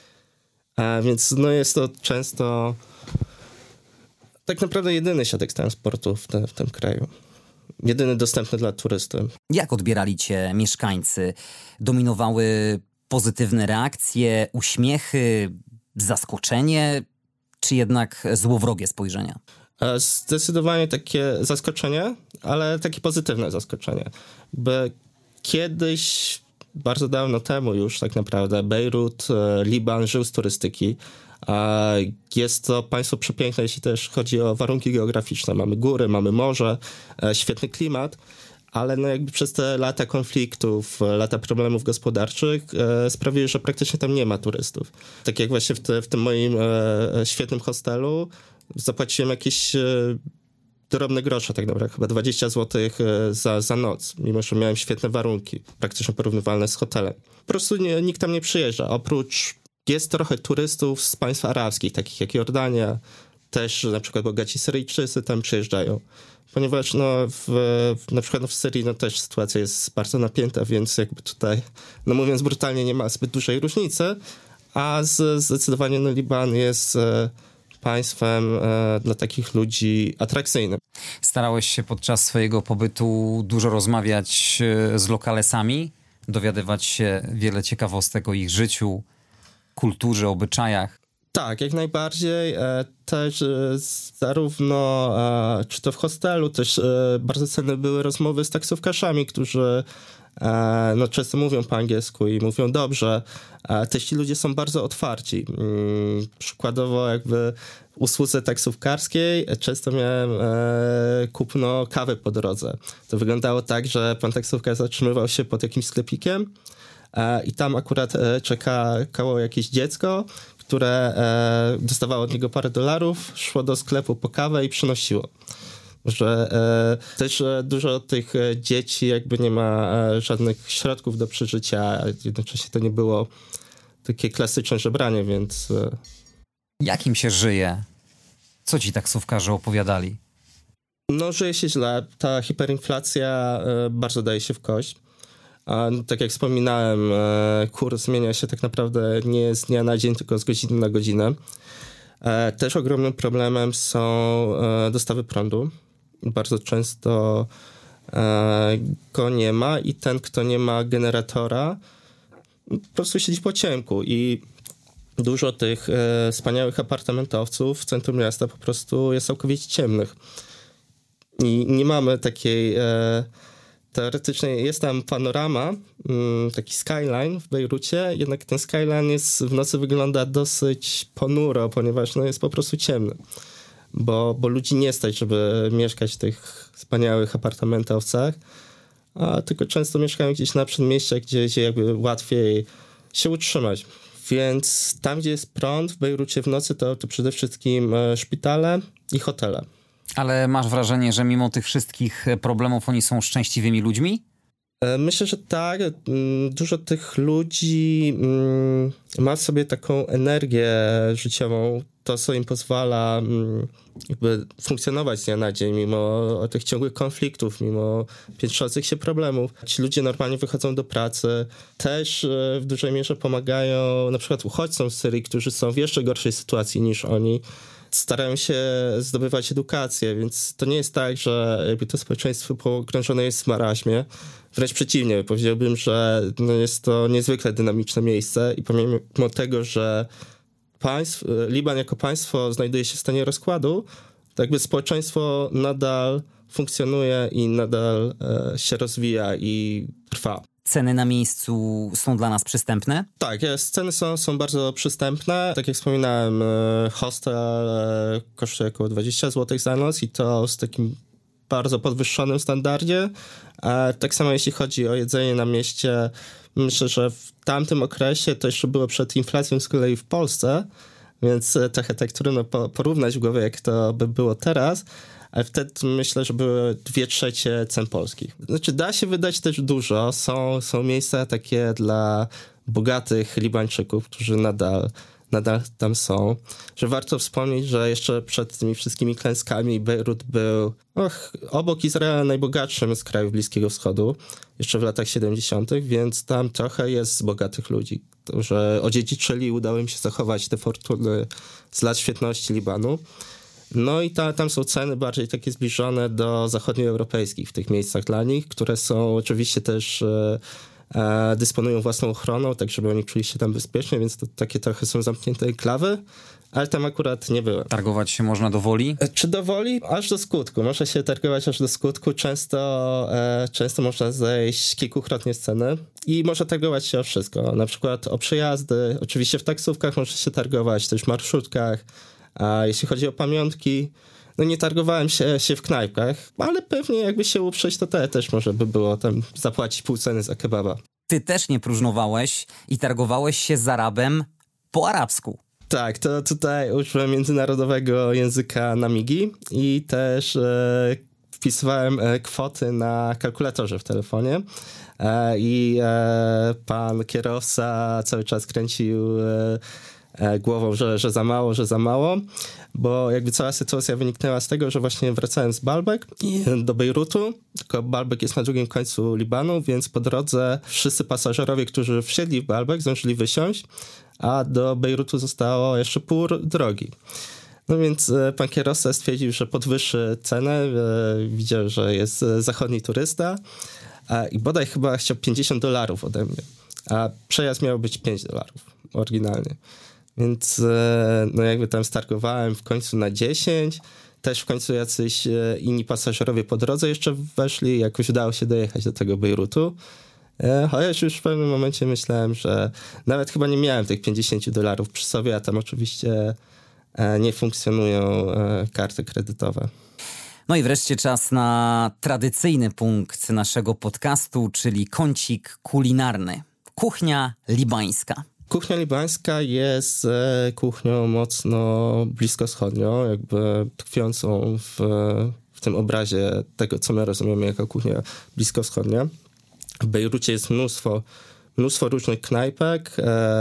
C: Więc jest to często tak naprawdę jedyny środek transportu w tym kraju. Jedyny dostępny dla turysty.
B: Jak odbierali cię mieszkańcy? Dominowały pozytywne reakcje, uśmiechy, zaskoczenie, czy jednak złowrogie spojrzenia?
C: Zdecydowanie takie zaskoczenie, ale takie pozytywne zaskoczenie. Kiedyś, bardzo dawno temu już tak naprawdę, Bejrut, Liban żył z turystyki. Jest to państwo przepiękne, jeśli też chodzi o warunki geograficzne. Mamy góry, mamy morze, świetny klimat, ale jakby przez te lata konfliktów, lata problemów gospodarczych sprawiły, że praktycznie tam nie ma turystów. Tak jak właśnie w tym moim świetnym hostelu zapłaciłem jakieś drobne grosze, tak naprawdę, chyba 20 zł za noc, mimo że miałem świetne warunki, praktycznie porównywalne z hotelem. Po prostu nikt tam nie przyjeżdża, jest trochę turystów z państw arabskich, takich jak Jordania, też na przykład bogaci Syryjczycy tam przyjeżdżają, ponieważ na przykład w Syrii też sytuacja jest bardzo napięta, więc jakby tutaj, mówiąc brutalnie, nie ma zbyt dużej różnicy, a zdecydowanie Liban jest państwem dla takich ludzi atrakcyjnym.
A: Starałeś się podczas swojego pobytu dużo rozmawiać z lokalesami, dowiadywać się wiele ciekawostek o ich życiu, kulturze, obyczajach.
C: Tak, jak najbardziej. Też zarówno czy to w hostelu, też bardzo cenne były rozmowy z taksówkarzami, którzy często mówią po angielsku i mówią dobrze. Też ci ludzie są bardzo otwarci. Przykładowo jakby w usłudze taksówkarskiej często miałem kupno kawy po drodze. To wyglądało tak, że pan taksówkarz zatrzymywał się pod jakimś sklepikiem i tam akurat czekało jakieś dziecko, które dostawało od niego parę dolarów, szło do sklepu po kawę i przynosiło. Że też dużo tych dzieci jakby nie ma żadnych środków do przeżycia, a jednocześnie to nie było takie klasyczne żebranie, więc...
A: Jak im się żyje? Co ci taksówkarze opowiadali?
C: Żyje się źle. Ta hiperinflacja bardzo daje się w kość. Tak jak wspominałem, kurs zmienia się tak naprawdę nie z dnia na dzień, tylko z godziny na godzinę. Też ogromnym problemem są dostawy prądu. Bardzo często go nie ma i ten, kto nie ma generatora, po prostu siedzi po ciemku i dużo tych wspaniałych apartamentowców w centrum miasta po prostu jest całkowicie ciemnych. I nie mamy takiej... Teoretycznie jest tam panorama, taki skyline w Bejrucie, jednak ten skyline w nocy wygląda dosyć ponuro, ponieważ jest po prostu ciemny. Bo ludzi nie stać, żeby mieszkać w tych wspaniałych apartamentowcach, a tylko często mieszkają gdzieś na przedmieściach, gdzie jakby łatwiej się utrzymać. Więc tam, gdzie jest prąd w Bejrucie w nocy, to przede wszystkim szpitale i hotele.
A: Ale masz wrażenie, że mimo tych wszystkich problemów oni są szczęśliwymi ludźmi?
C: Myślę, że tak. Dużo tych ludzi ma w sobie taką energię życiową, to co im pozwala jakby funkcjonować z dnia na dzień, mimo tych ciągłych konfliktów, mimo piętrzących się problemów. Ci ludzie normalnie wychodzą do pracy, też w dużej mierze pomagają na przykład uchodźcom z Syrii, którzy są w jeszcze gorszej sytuacji niż oni. Starają się zdobywać edukację, więc to nie jest tak, że jakby to społeczeństwo pogrążone jest w maraźmie. Wręcz przeciwnie, powiedziałbym, że jest to niezwykle dynamiczne miejsce i pomimo tego, że Liban jako państwo znajduje się w stanie rozkładu, to jakby społeczeństwo nadal funkcjonuje i nadal się rozwija i trwa.
B: Ceny na miejscu są dla nas przystępne?
C: Tak, ceny są bardzo przystępne. Tak jak wspominałem, hostel kosztuje około 20 zł za noc i to z takim bardzo podwyższonym standardzie. Tak samo jeśli chodzi o jedzenie na mieście, myślę, że w tamtym okresie to jeszcze było przed inflacją z kolei w Polsce, więc trochę tak trudno porównać w głowie, jak to by było teraz, ale wtedy myślę, że były 2/3 cen polskich. Znaczy da się wydać też dużo, są miejsca takie dla bogatych Libańczyków, którzy nadal tam są, że warto wspomnieć, że jeszcze przed tymi wszystkimi klęskami Bejrut był obok Izraela najbogatszym z krajów Bliskiego Wschodu, jeszcze w latach 70., więc tam trochę jest bogatych ludzi, którzy odziedziczyli, udało im się zachować te fortuny z lat świetności Libanu. No i tam są ceny bardziej takie zbliżone do zachodnioeuropejskich w tych miejscach dla nich, które są oczywiście też dysponują własną ochroną, tak żeby oni czuli się tam bezpiecznie, więc to takie trochę są zamknięte enklawy, ale tam akurat nie byłem.
A: Targować się można do woli?
C: Czy do woli? Aż do skutku. Można się targować aż do skutku. Często można zejść kilkukrotnie z ceny i można targować się o wszystko. Na przykład o przejazdy. Oczywiście w taksówkach można się targować, też w marszrutkach. A jeśli chodzi o pamiątki, no nie targowałem się w knajpkach, ale pewnie jakby się uprzeć, to też może by było tam zapłacić pół ceny za kebaba.
B: Ty też nie próżnowałeś i targowałeś się z Arabem po arabsku.
C: Tak, to tutaj użyłem międzynarodowego języka Namigi i też wpisywałem kwoty na kalkulatorze w telefonie i pan kierowca cały czas kręcił głową, że za mało, bo jakby cała sytuacja wyniknęła z tego, że właśnie wracałem z Baalbek do Bejrutu, tylko Baalbek jest na drugim końcu Libanu, więc po drodze wszyscy pasażerowie, którzy wsiedli w Baalbek, zdążyli wysiąść, a do Bejrutu zostało jeszcze pół drogi. No więc pan kierowca stwierdził, że podwyższy cenę, widział, że jest zachodni turysta i bodaj chyba chciał $50 ode mnie, a przejazd miał być $5 oryginalnie. Więc no jakby tam stargowałem w końcu na 10, też w końcu jacyś inni pasażerowie po drodze jeszcze weszli, jakoś udało się dojechać do tego Bejrutu. Chociaż już w pewnym momencie myślałem, że nawet chyba nie miałem tych $50 przy sobie, a tam oczywiście nie funkcjonują karty kredytowe.
B: No i wreszcie czas na tradycyjny punkt naszego podcastu, czyli kącik kulinarny. Kuchnia libańska.
C: Kuchnia libańska jest kuchnią mocno bliskowschodnią, jakby tkwiącą w tym obrazie tego, co my rozumiemy jako kuchnia bliskowschodnia. W Bejrucie jest mnóstwo różnych knajpek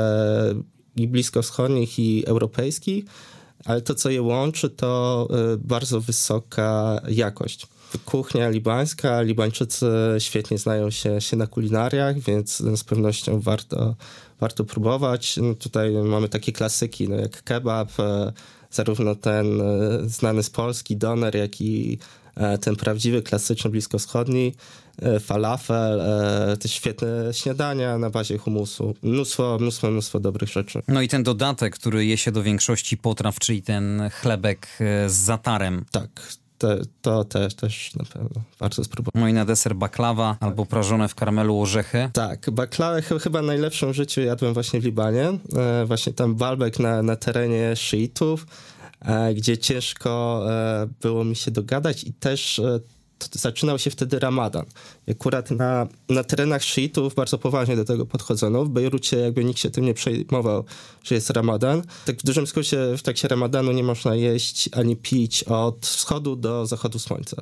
C: i bliskowschodnich, i europejskich, ale to, co je łączy, to bardzo wysoka jakość. Kuchnia libańska, Libańczycy świetnie znają się na kulinariach, więc z pewnością warto próbować. No tutaj mamy takie klasyki, no jak kebab, zarówno ten znany z Polski, doner, jak i ten prawdziwy, klasyczny, bliskowschodni, falafel, te świetne śniadania na bazie humusu. Mnóstwo dobrych rzeczy.
A: No i ten dodatek, który je się do większości potraw, czyli ten chlebek z zatarem.
C: Tak. To też na pewno warto spróbować.
A: No i na deser baklawa albo prażone w karmelu orzechy.
C: Tak, baklawę chyba najlepszą w życiu jadłem właśnie w Libanie. Właśnie tam Baalbek na terenie szyitów, gdzie ciężko było mi się dogadać i też zaczynał się wtedy Ramadan. Akurat na terenach szyitów bardzo poważnie do tego podchodzono. W Bejrucie jakby nikt się tym nie przejmował, że jest Ramadan. Tak w dużym skrócie w trakcie Ramadanu nie można jeść ani pić od wschodu do zachodu słońca.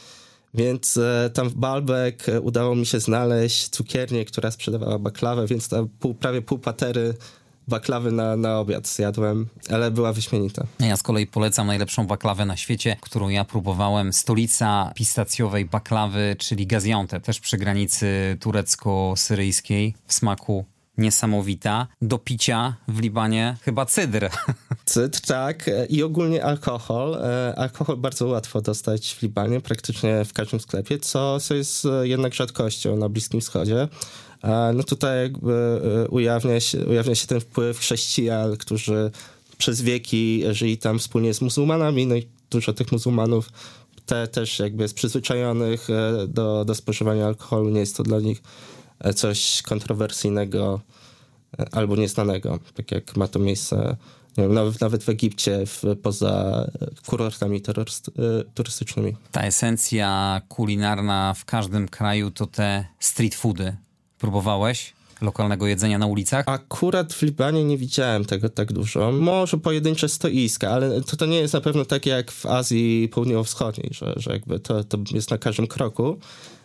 C: Więc tam w Baalbek udało mi się znaleźć cukiernię, która sprzedawała baklawę, więc tam prawie pół patery baklawy na obiad zjadłem, ale była wyśmienita.
A: Ja z kolei polecam najlepszą baklawę na świecie, którą ja próbowałem. Stolica pistacjowej baklawy, czyli Gaziantep, też przy granicy turecko-syryjskiej. W smaku niesamowita. Do picia w Libanie chyba cydr.
C: Cydr, tak. I ogólnie alkohol. Alkohol bardzo łatwo dostać w Libanie, praktycznie w każdym sklepie, co jest jednak rzadkością na Bliskim Wschodzie. No tutaj jakby ujawnia się ten wpływ chrześcijan, którzy przez wieki żyli tam wspólnie z muzułmanami, no i dużo tych muzułmanów też jakby jest przyzwyczajonych do spożywania alkoholu, nie jest to dla nich coś kontrowersyjnego albo nieznanego, tak jak ma to miejsce, nie wiem, nawet w Egipcie, poza kurortami turystycznymi.
A: Ta esencja kulinarna w każdym kraju to te street foody. Próbowałeś lokalnego jedzenia na ulicach?
C: Akurat w Libanie nie widziałem tego tak dużo. Może pojedyncze stoiska, ale to nie jest na pewno tak jak w Azji Południowo-Wschodniej, że jakby to jest na każdym kroku.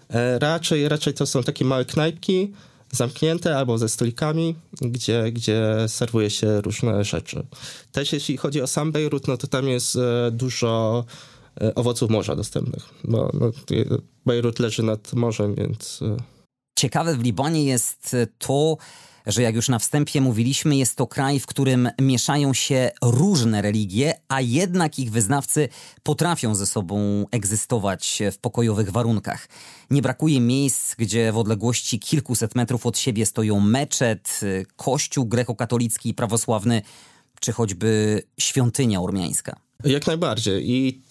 C: Raczej to są takie małe knajpki zamknięte albo ze stolikami, gdzie serwuje się różne rzeczy. Też jeśli chodzi o sam Bejrut, no to tam jest dużo owoców morza dostępnych, bo Bejrut leży nad morzem, więc...
B: Ciekawe w Libanie jest to, że jak już na wstępie mówiliśmy, jest to kraj, w którym mieszają się różne religie, a jednak ich wyznawcy potrafią ze sobą egzystować w pokojowych warunkach. Nie brakuje miejsc, gdzie w odległości kilkuset metrów od siebie stoją meczet, kościół grekokatolicki i prawosławny, czy choćby świątynia ormiańska.
C: Jak najbardziej. I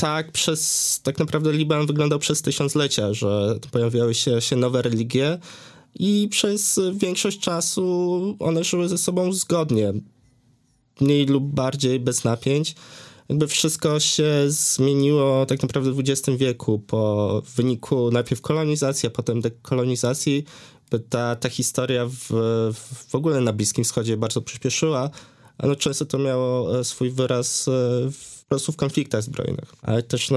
C: tak naprawdę Liban wyglądał przez tysiąclecia, że pojawiały się nowe religie i przez większość czasu one żyły ze sobą zgodnie. Mniej lub bardziej bez napięć. Jakby wszystko się zmieniło tak naprawdę w XX wieku w wyniku najpierw kolonizacji, a potem dekolonizacji. Ta historia w ogóle na Bliskim Wschodzie bardzo przyspieszyła, ale często to miało swój wyraz po prostu w konfliktach zbrojnych. Ale też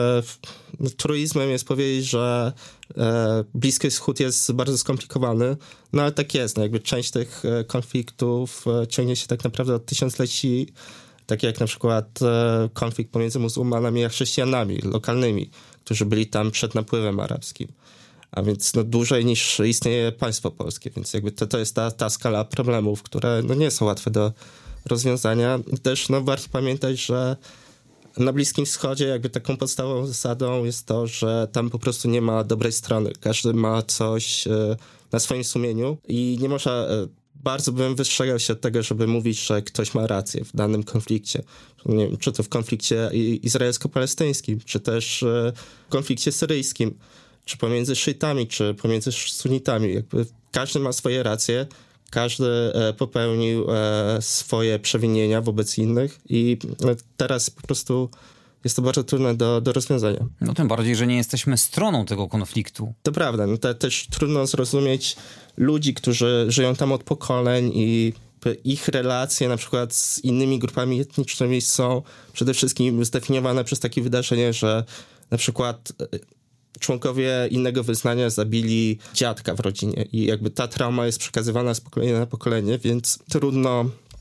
C: truizmem jest powiedzieć, że Bliski Wschód jest bardzo skomplikowany, no ale tak jest. Jakby część tych konfliktów ciągnie się tak naprawdę od tysiącleci, takie jak na przykład konflikt pomiędzy muzułmanami a chrześcijanami lokalnymi, którzy byli tam przed napływem arabskim. A więc dłużej niż istnieje państwo polskie, więc jakby to jest ta skala problemów, które nie są łatwe do rozwiązania. Też warto pamiętać, że na Bliskim Wschodzie jakby taką podstawową zasadą jest to, że tam po prostu nie ma dobrej strony. Każdy ma coś na swoim sumieniu i nie można, bardzo bym wystrzegał się od tego, żeby mówić, że ktoś ma rację w danym konflikcie. Nie wiem, czy to w konflikcie izraelsko-palestyńskim, czy też w konflikcie syryjskim, czy pomiędzy szyitami, czy pomiędzy sunnitami. Jakby każdy ma swoje racje, każdy popełnił swoje przewinienia wobec innych i teraz po prostu jest to bardzo trudne do rozwiązania.
A: No tym bardziej, że nie jesteśmy stroną tego konfliktu.
C: To prawda. Też trudno zrozumieć ludzi, którzy żyją tam od pokoleń i ich relacje na przykład z innymi grupami etnicznymi są przede wszystkim zdefiniowane przez takie wydarzenie, że na przykład członkowie innego wyznania zabili dziadka w rodzinie i jakby ta trauma jest przekazywana z pokolenia na pokolenie, więc trudno,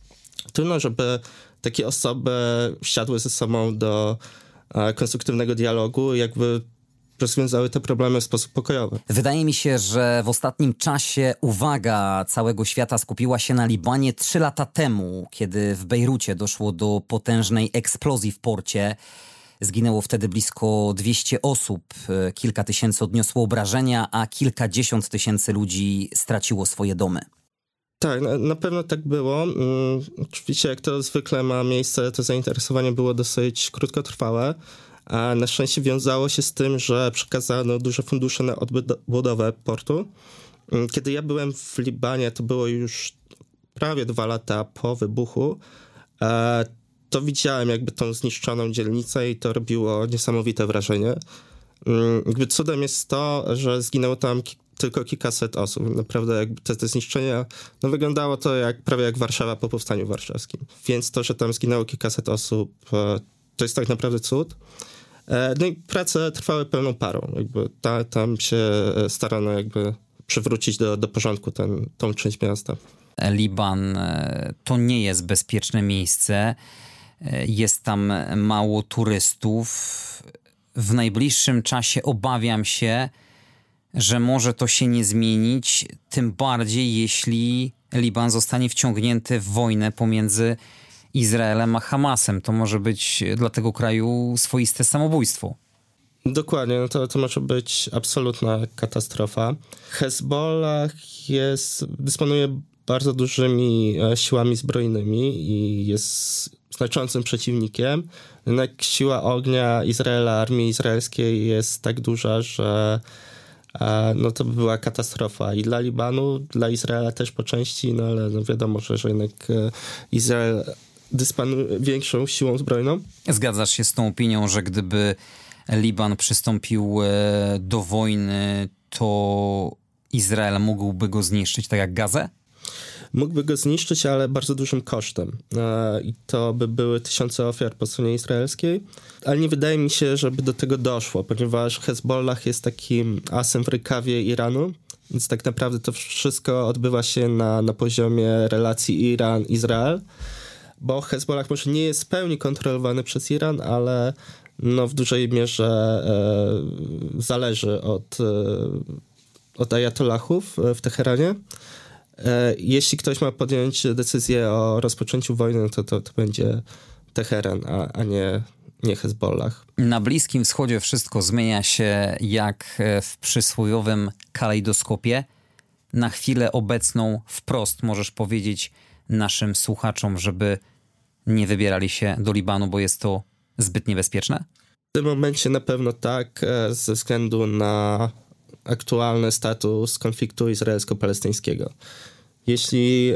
C: żeby takie osoby wsiadły ze sobą do konstruktywnego dialogu i jakby rozwiązały te problemy w sposób pokojowy.
B: Wydaje mi się, że w ostatnim czasie uwaga całego świata skupiła się na Libanie 3 lata temu, kiedy w Bejrucie doszło do potężnej eksplozji w porcie. Zginęło wtedy blisko 200 osób, kilka tysięcy odniosło obrażenia, a kilkadziesiąt tysięcy ludzi straciło swoje domy.
C: Tak, na pewno tak było. Oczywiście jak to zwykle ma miejsce, to zainteresowanie było dosyć krótkotrwałe, a na szczęście wiązało się z tym, że przekazano duże fundusze na odbudowę portu. Kiedy ja byłem w Libanie, to było już prawie 2 lata po wybuchu, to widziałem jakby tą zniszczoną dzielnicę i to robiło niesamowite wrażenie. Jakby cudem jest to, że zginęło tam tylko kilkaset osób. Naprawdę jakby te zniszczenia, no wyglądało to prawie jak Warszawa po powstaniu warszawskim. Więc to, że tam zginęło kilkaset osób, to jest tak naprawdę cud. No i prace trwały pełną parą. Jakby tam się starano jakby przywrócić do porządku tą część miasta.
A: Liban to nie jest bezpieczne miejsce. Jest tam mało turystów. W najbliższym czasie obawiam się, że może to się nie zmienić, tym bardziej jeśli Liban zostanie wciągnięty w wojnę pomiędzy Izraelem a Hamasem. To może być dla tego kraju swoiste samobójstwo.
C: Dokładnie, no to może być absolutna katastrofa. Hezbollah dysponuje bardzo dużymi siłami zbrojnymi i jest znaczącym przeciwnikiem. Jednak siła ognia Izraela, armii izraelskiej jest tak duża, że no to by była katastrofa i dla Libanu, dla Izraela też po części, no ale no wiadomo, że jednak Izrael dysponuje większą siłą zbrojną.
A: Zgadzasz się z tą opinią, że gdyby Liban przystąpił do wojny, to Izrael mógłby go zniszczyć, tak jak Gazę?
C: Mógłby go zniszczyć, ale bardzo dużym kosztem. I to by były tysiące ofiar po stronie izraelskiej. Ale nie wydaje mi się, żeby do tego doszło, ponieważ Hezbollah jest takim asem w rękawie Iranu, więc tak naprawdę to wszystko odbywa się na poziomie relacji Iran-Izrael, bo Hezbollah może nie jest w pełni kontrolowany przez Iran, ale no w dużej mierze zależy od ajatollahów w Teheranie. Jeśli ktoś ma podjąć decyzję o rozpoczęciu wojny, to będzie Teheran, a nie Hezbollah.
A: Na Bliskim Wschodzie wszystko zmienia się jak w przysłowiowym kalejdoskopie. Na chwilę obecną wprost możesz powiedzieć naszym słuchaczom, żeby nie wybierali się do Libanu, bo jest to zbyt niebezpieczne?
C: W tym momencie na pewno tak, ze względu na aktualny status konfliktu izraelsko-palestyńskiego. Jeśli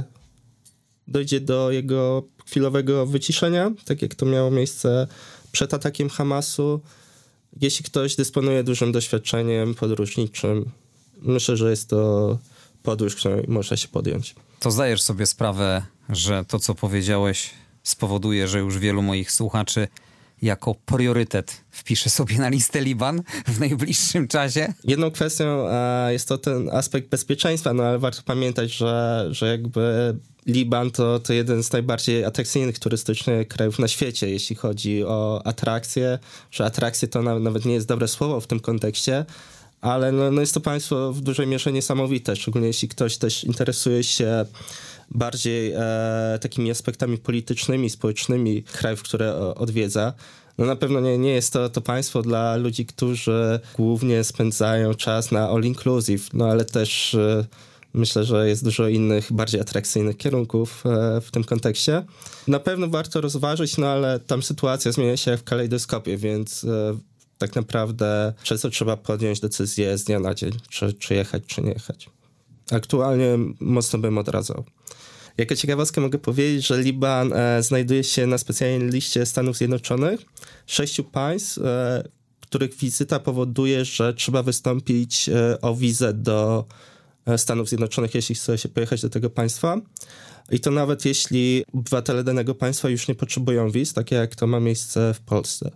C: dojdzie do jego chwilowego wyciszenia, tak jak to miało miejsce przed atakiem Hamasu, jeśli ktoś dysponuje dużym doświadczeniem podróżniczym, myślę, że jest to podróż, której można się podjąć.
A: To zdajesz sobie sprawę, że to, co powiedziałeś, spowoduje, że już wielu moich słuchaczy jako priorytet wpisze sobie na listę Liban w najbliższym czasie?
C: Jedną kwestią jest to ten aspekt bezpieczeństwa, no ale warto pamiętać, że jakby Liban to jeden z najbardziej atrakcyjnych turystycznie krajów na świecie, jeśli chodzi o atrakcje, że atrakcje to nawet nie jest dobre słowo w tym kontekście, ale no jest to państwo w dużej mierze niesamowite, szczególnie jeśli ktoś też interesuje się bardziej takimi aspektami politycznymi, społecznymi krajów, które odwiedza. No na pewno nie jest to państwo dla ludzi, którzy głównie spędzają czas na all inclusive, no ale też myślę, że jest dużo innych, bardziej atrakcyjnych kierunków w tym kontekście. Na pewno warto rozważyć, no ale tam sytuacja zmienia się jak w kalejdoskopie, więc tak naprawdę często trzeba podjąć decyzję z dnia na dzień, czy jechać, czy nie jechać. Aktualnie mocno bym odradzał. Jako ciekawostkę mogę powiedzieć, że Liban znajduje się na specjalnej liście Stanów Zjednoczonych 6 państw, których wizyta powoduje, że trzeba wystąpić o wizę do Stanów Zjednoczonych, jeśli chce się pojechać do tego państwa. I to nawet jeśli obywatele danego państwa już nie potrzebują wiz, tak jak to ma miejsce w Polsce.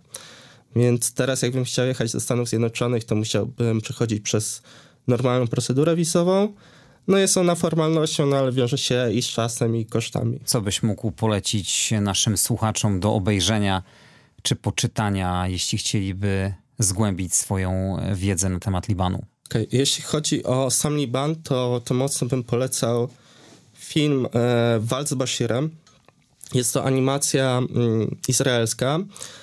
C: Więc teraz jakbym chciał jechać do Stanów Zjednoczonych, to musiałbym przechodzić przez normalną procedurę wizową. No jest ona formalnością, no ale wiąże się i z czasem, i kosztami.
A: Co byś mógł polecić naszym słuchaczom do obejrzenia czy poczytania, jeśli chcieliby zgłębić swoją wiedzę na temat Libanu?
C: Okay. Jeśli chodzi o sam Liban, to mocno bym polecał film Walc z Bashirem. Jest to animacja izraelska.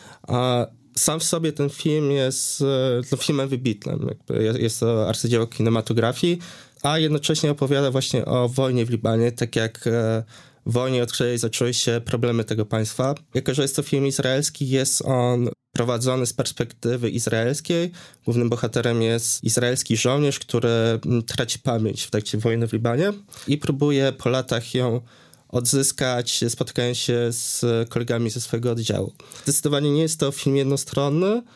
C: Sam w sobie ten film jest filmem wybitnym. Jest to arcydzieło kinematografii, a jednocześnie opowiada właśnie o wojnie w Libanie, tak jak wojnie, od której zaczęły się problemy tego państwa. Jako że jest to film izraelski, jest on prowadzony z perspektywy izraelskiej. Głównym bohaterem jest izraelski żołnierz, który traci pamięć w trakcie wojny w Libanie i próbuje po latach ją odzyskać, spotykając się z kolegami ze swojego oddziału. Zdecydowanie nie jest to film jednostronny,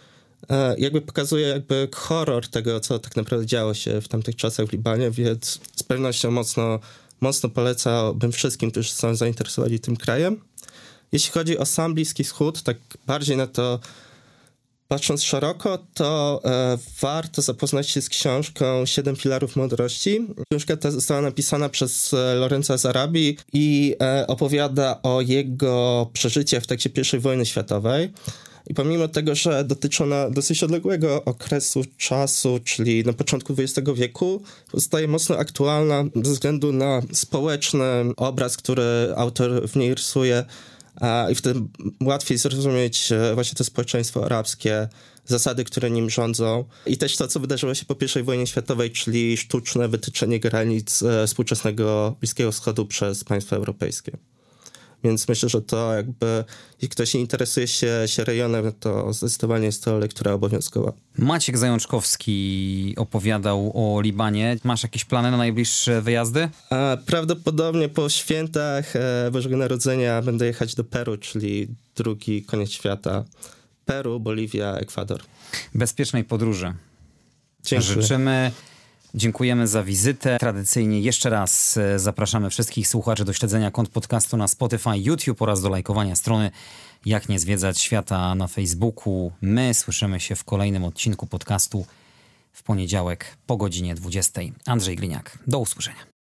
C: jakby pokazuje jakby horror tego, co tak naprawdę działo się w tamtych czasach w Libanie, więc z pewnością mocno polecałbym wszystkim, którzy są zainteresowani tym krajem. Jeśli chodzi o sam Bliski Wschód, tak bardziej na to patrząc szeroko, to warto zapoznać się z książką 7 filarów mądrości. Książka ta została napisana przez Lorenza z Arabii i opowiada o jego przeżyciach w trakcie I wojny światowej. I pomimo tego, że dotyczy ona dosyć odległego okresu czasu, czyli na początku XX wieku, pozostaje mocno aktualna ze względu na społeczny obraz, który autor w niej rysuje, i wtedy łatwiej zrozumieć właśnie to społeczeństwo arabskie, zasady, które nim rządzą i też to, co wydarzyło się po I wojnie światowej, czyli sztuczne wytyczenie granic współczesnego Bliskiego Wschodu przez państwa europejskie. Więc myślę, że to jakby, jeśli ktoś interesuje się rejonem, to zdecydowanie jest to lektura obowiązkowa.
A: Maciek Zajączkowski opowiadał o Libanie. Masz jakieś plany na najbliższe wyjazdy?
C: Prawdopodobnie po świętach Bożego Narodzenia będę jechać do Peru, czyli drugi koniec świata. Peru, Boliwia, Ekwador.
A: Bezpiecznej podróży.
C: Dziękuję.
A: Życzymy. Dziękujemy za wizytę. Tradycyjnie jeszcze raz zapraszamy wszystkich słuchaczy do śledzenia kont podcastu na Spotify, YouTube oraz do lajkowania strony Jak nie zwiedzać świata na Facebooku. My słyszymy się w kolejnym odcinku podcastu w poniedziałek po godzinie 20. Andrzej Gliniak. Do usłyszenia.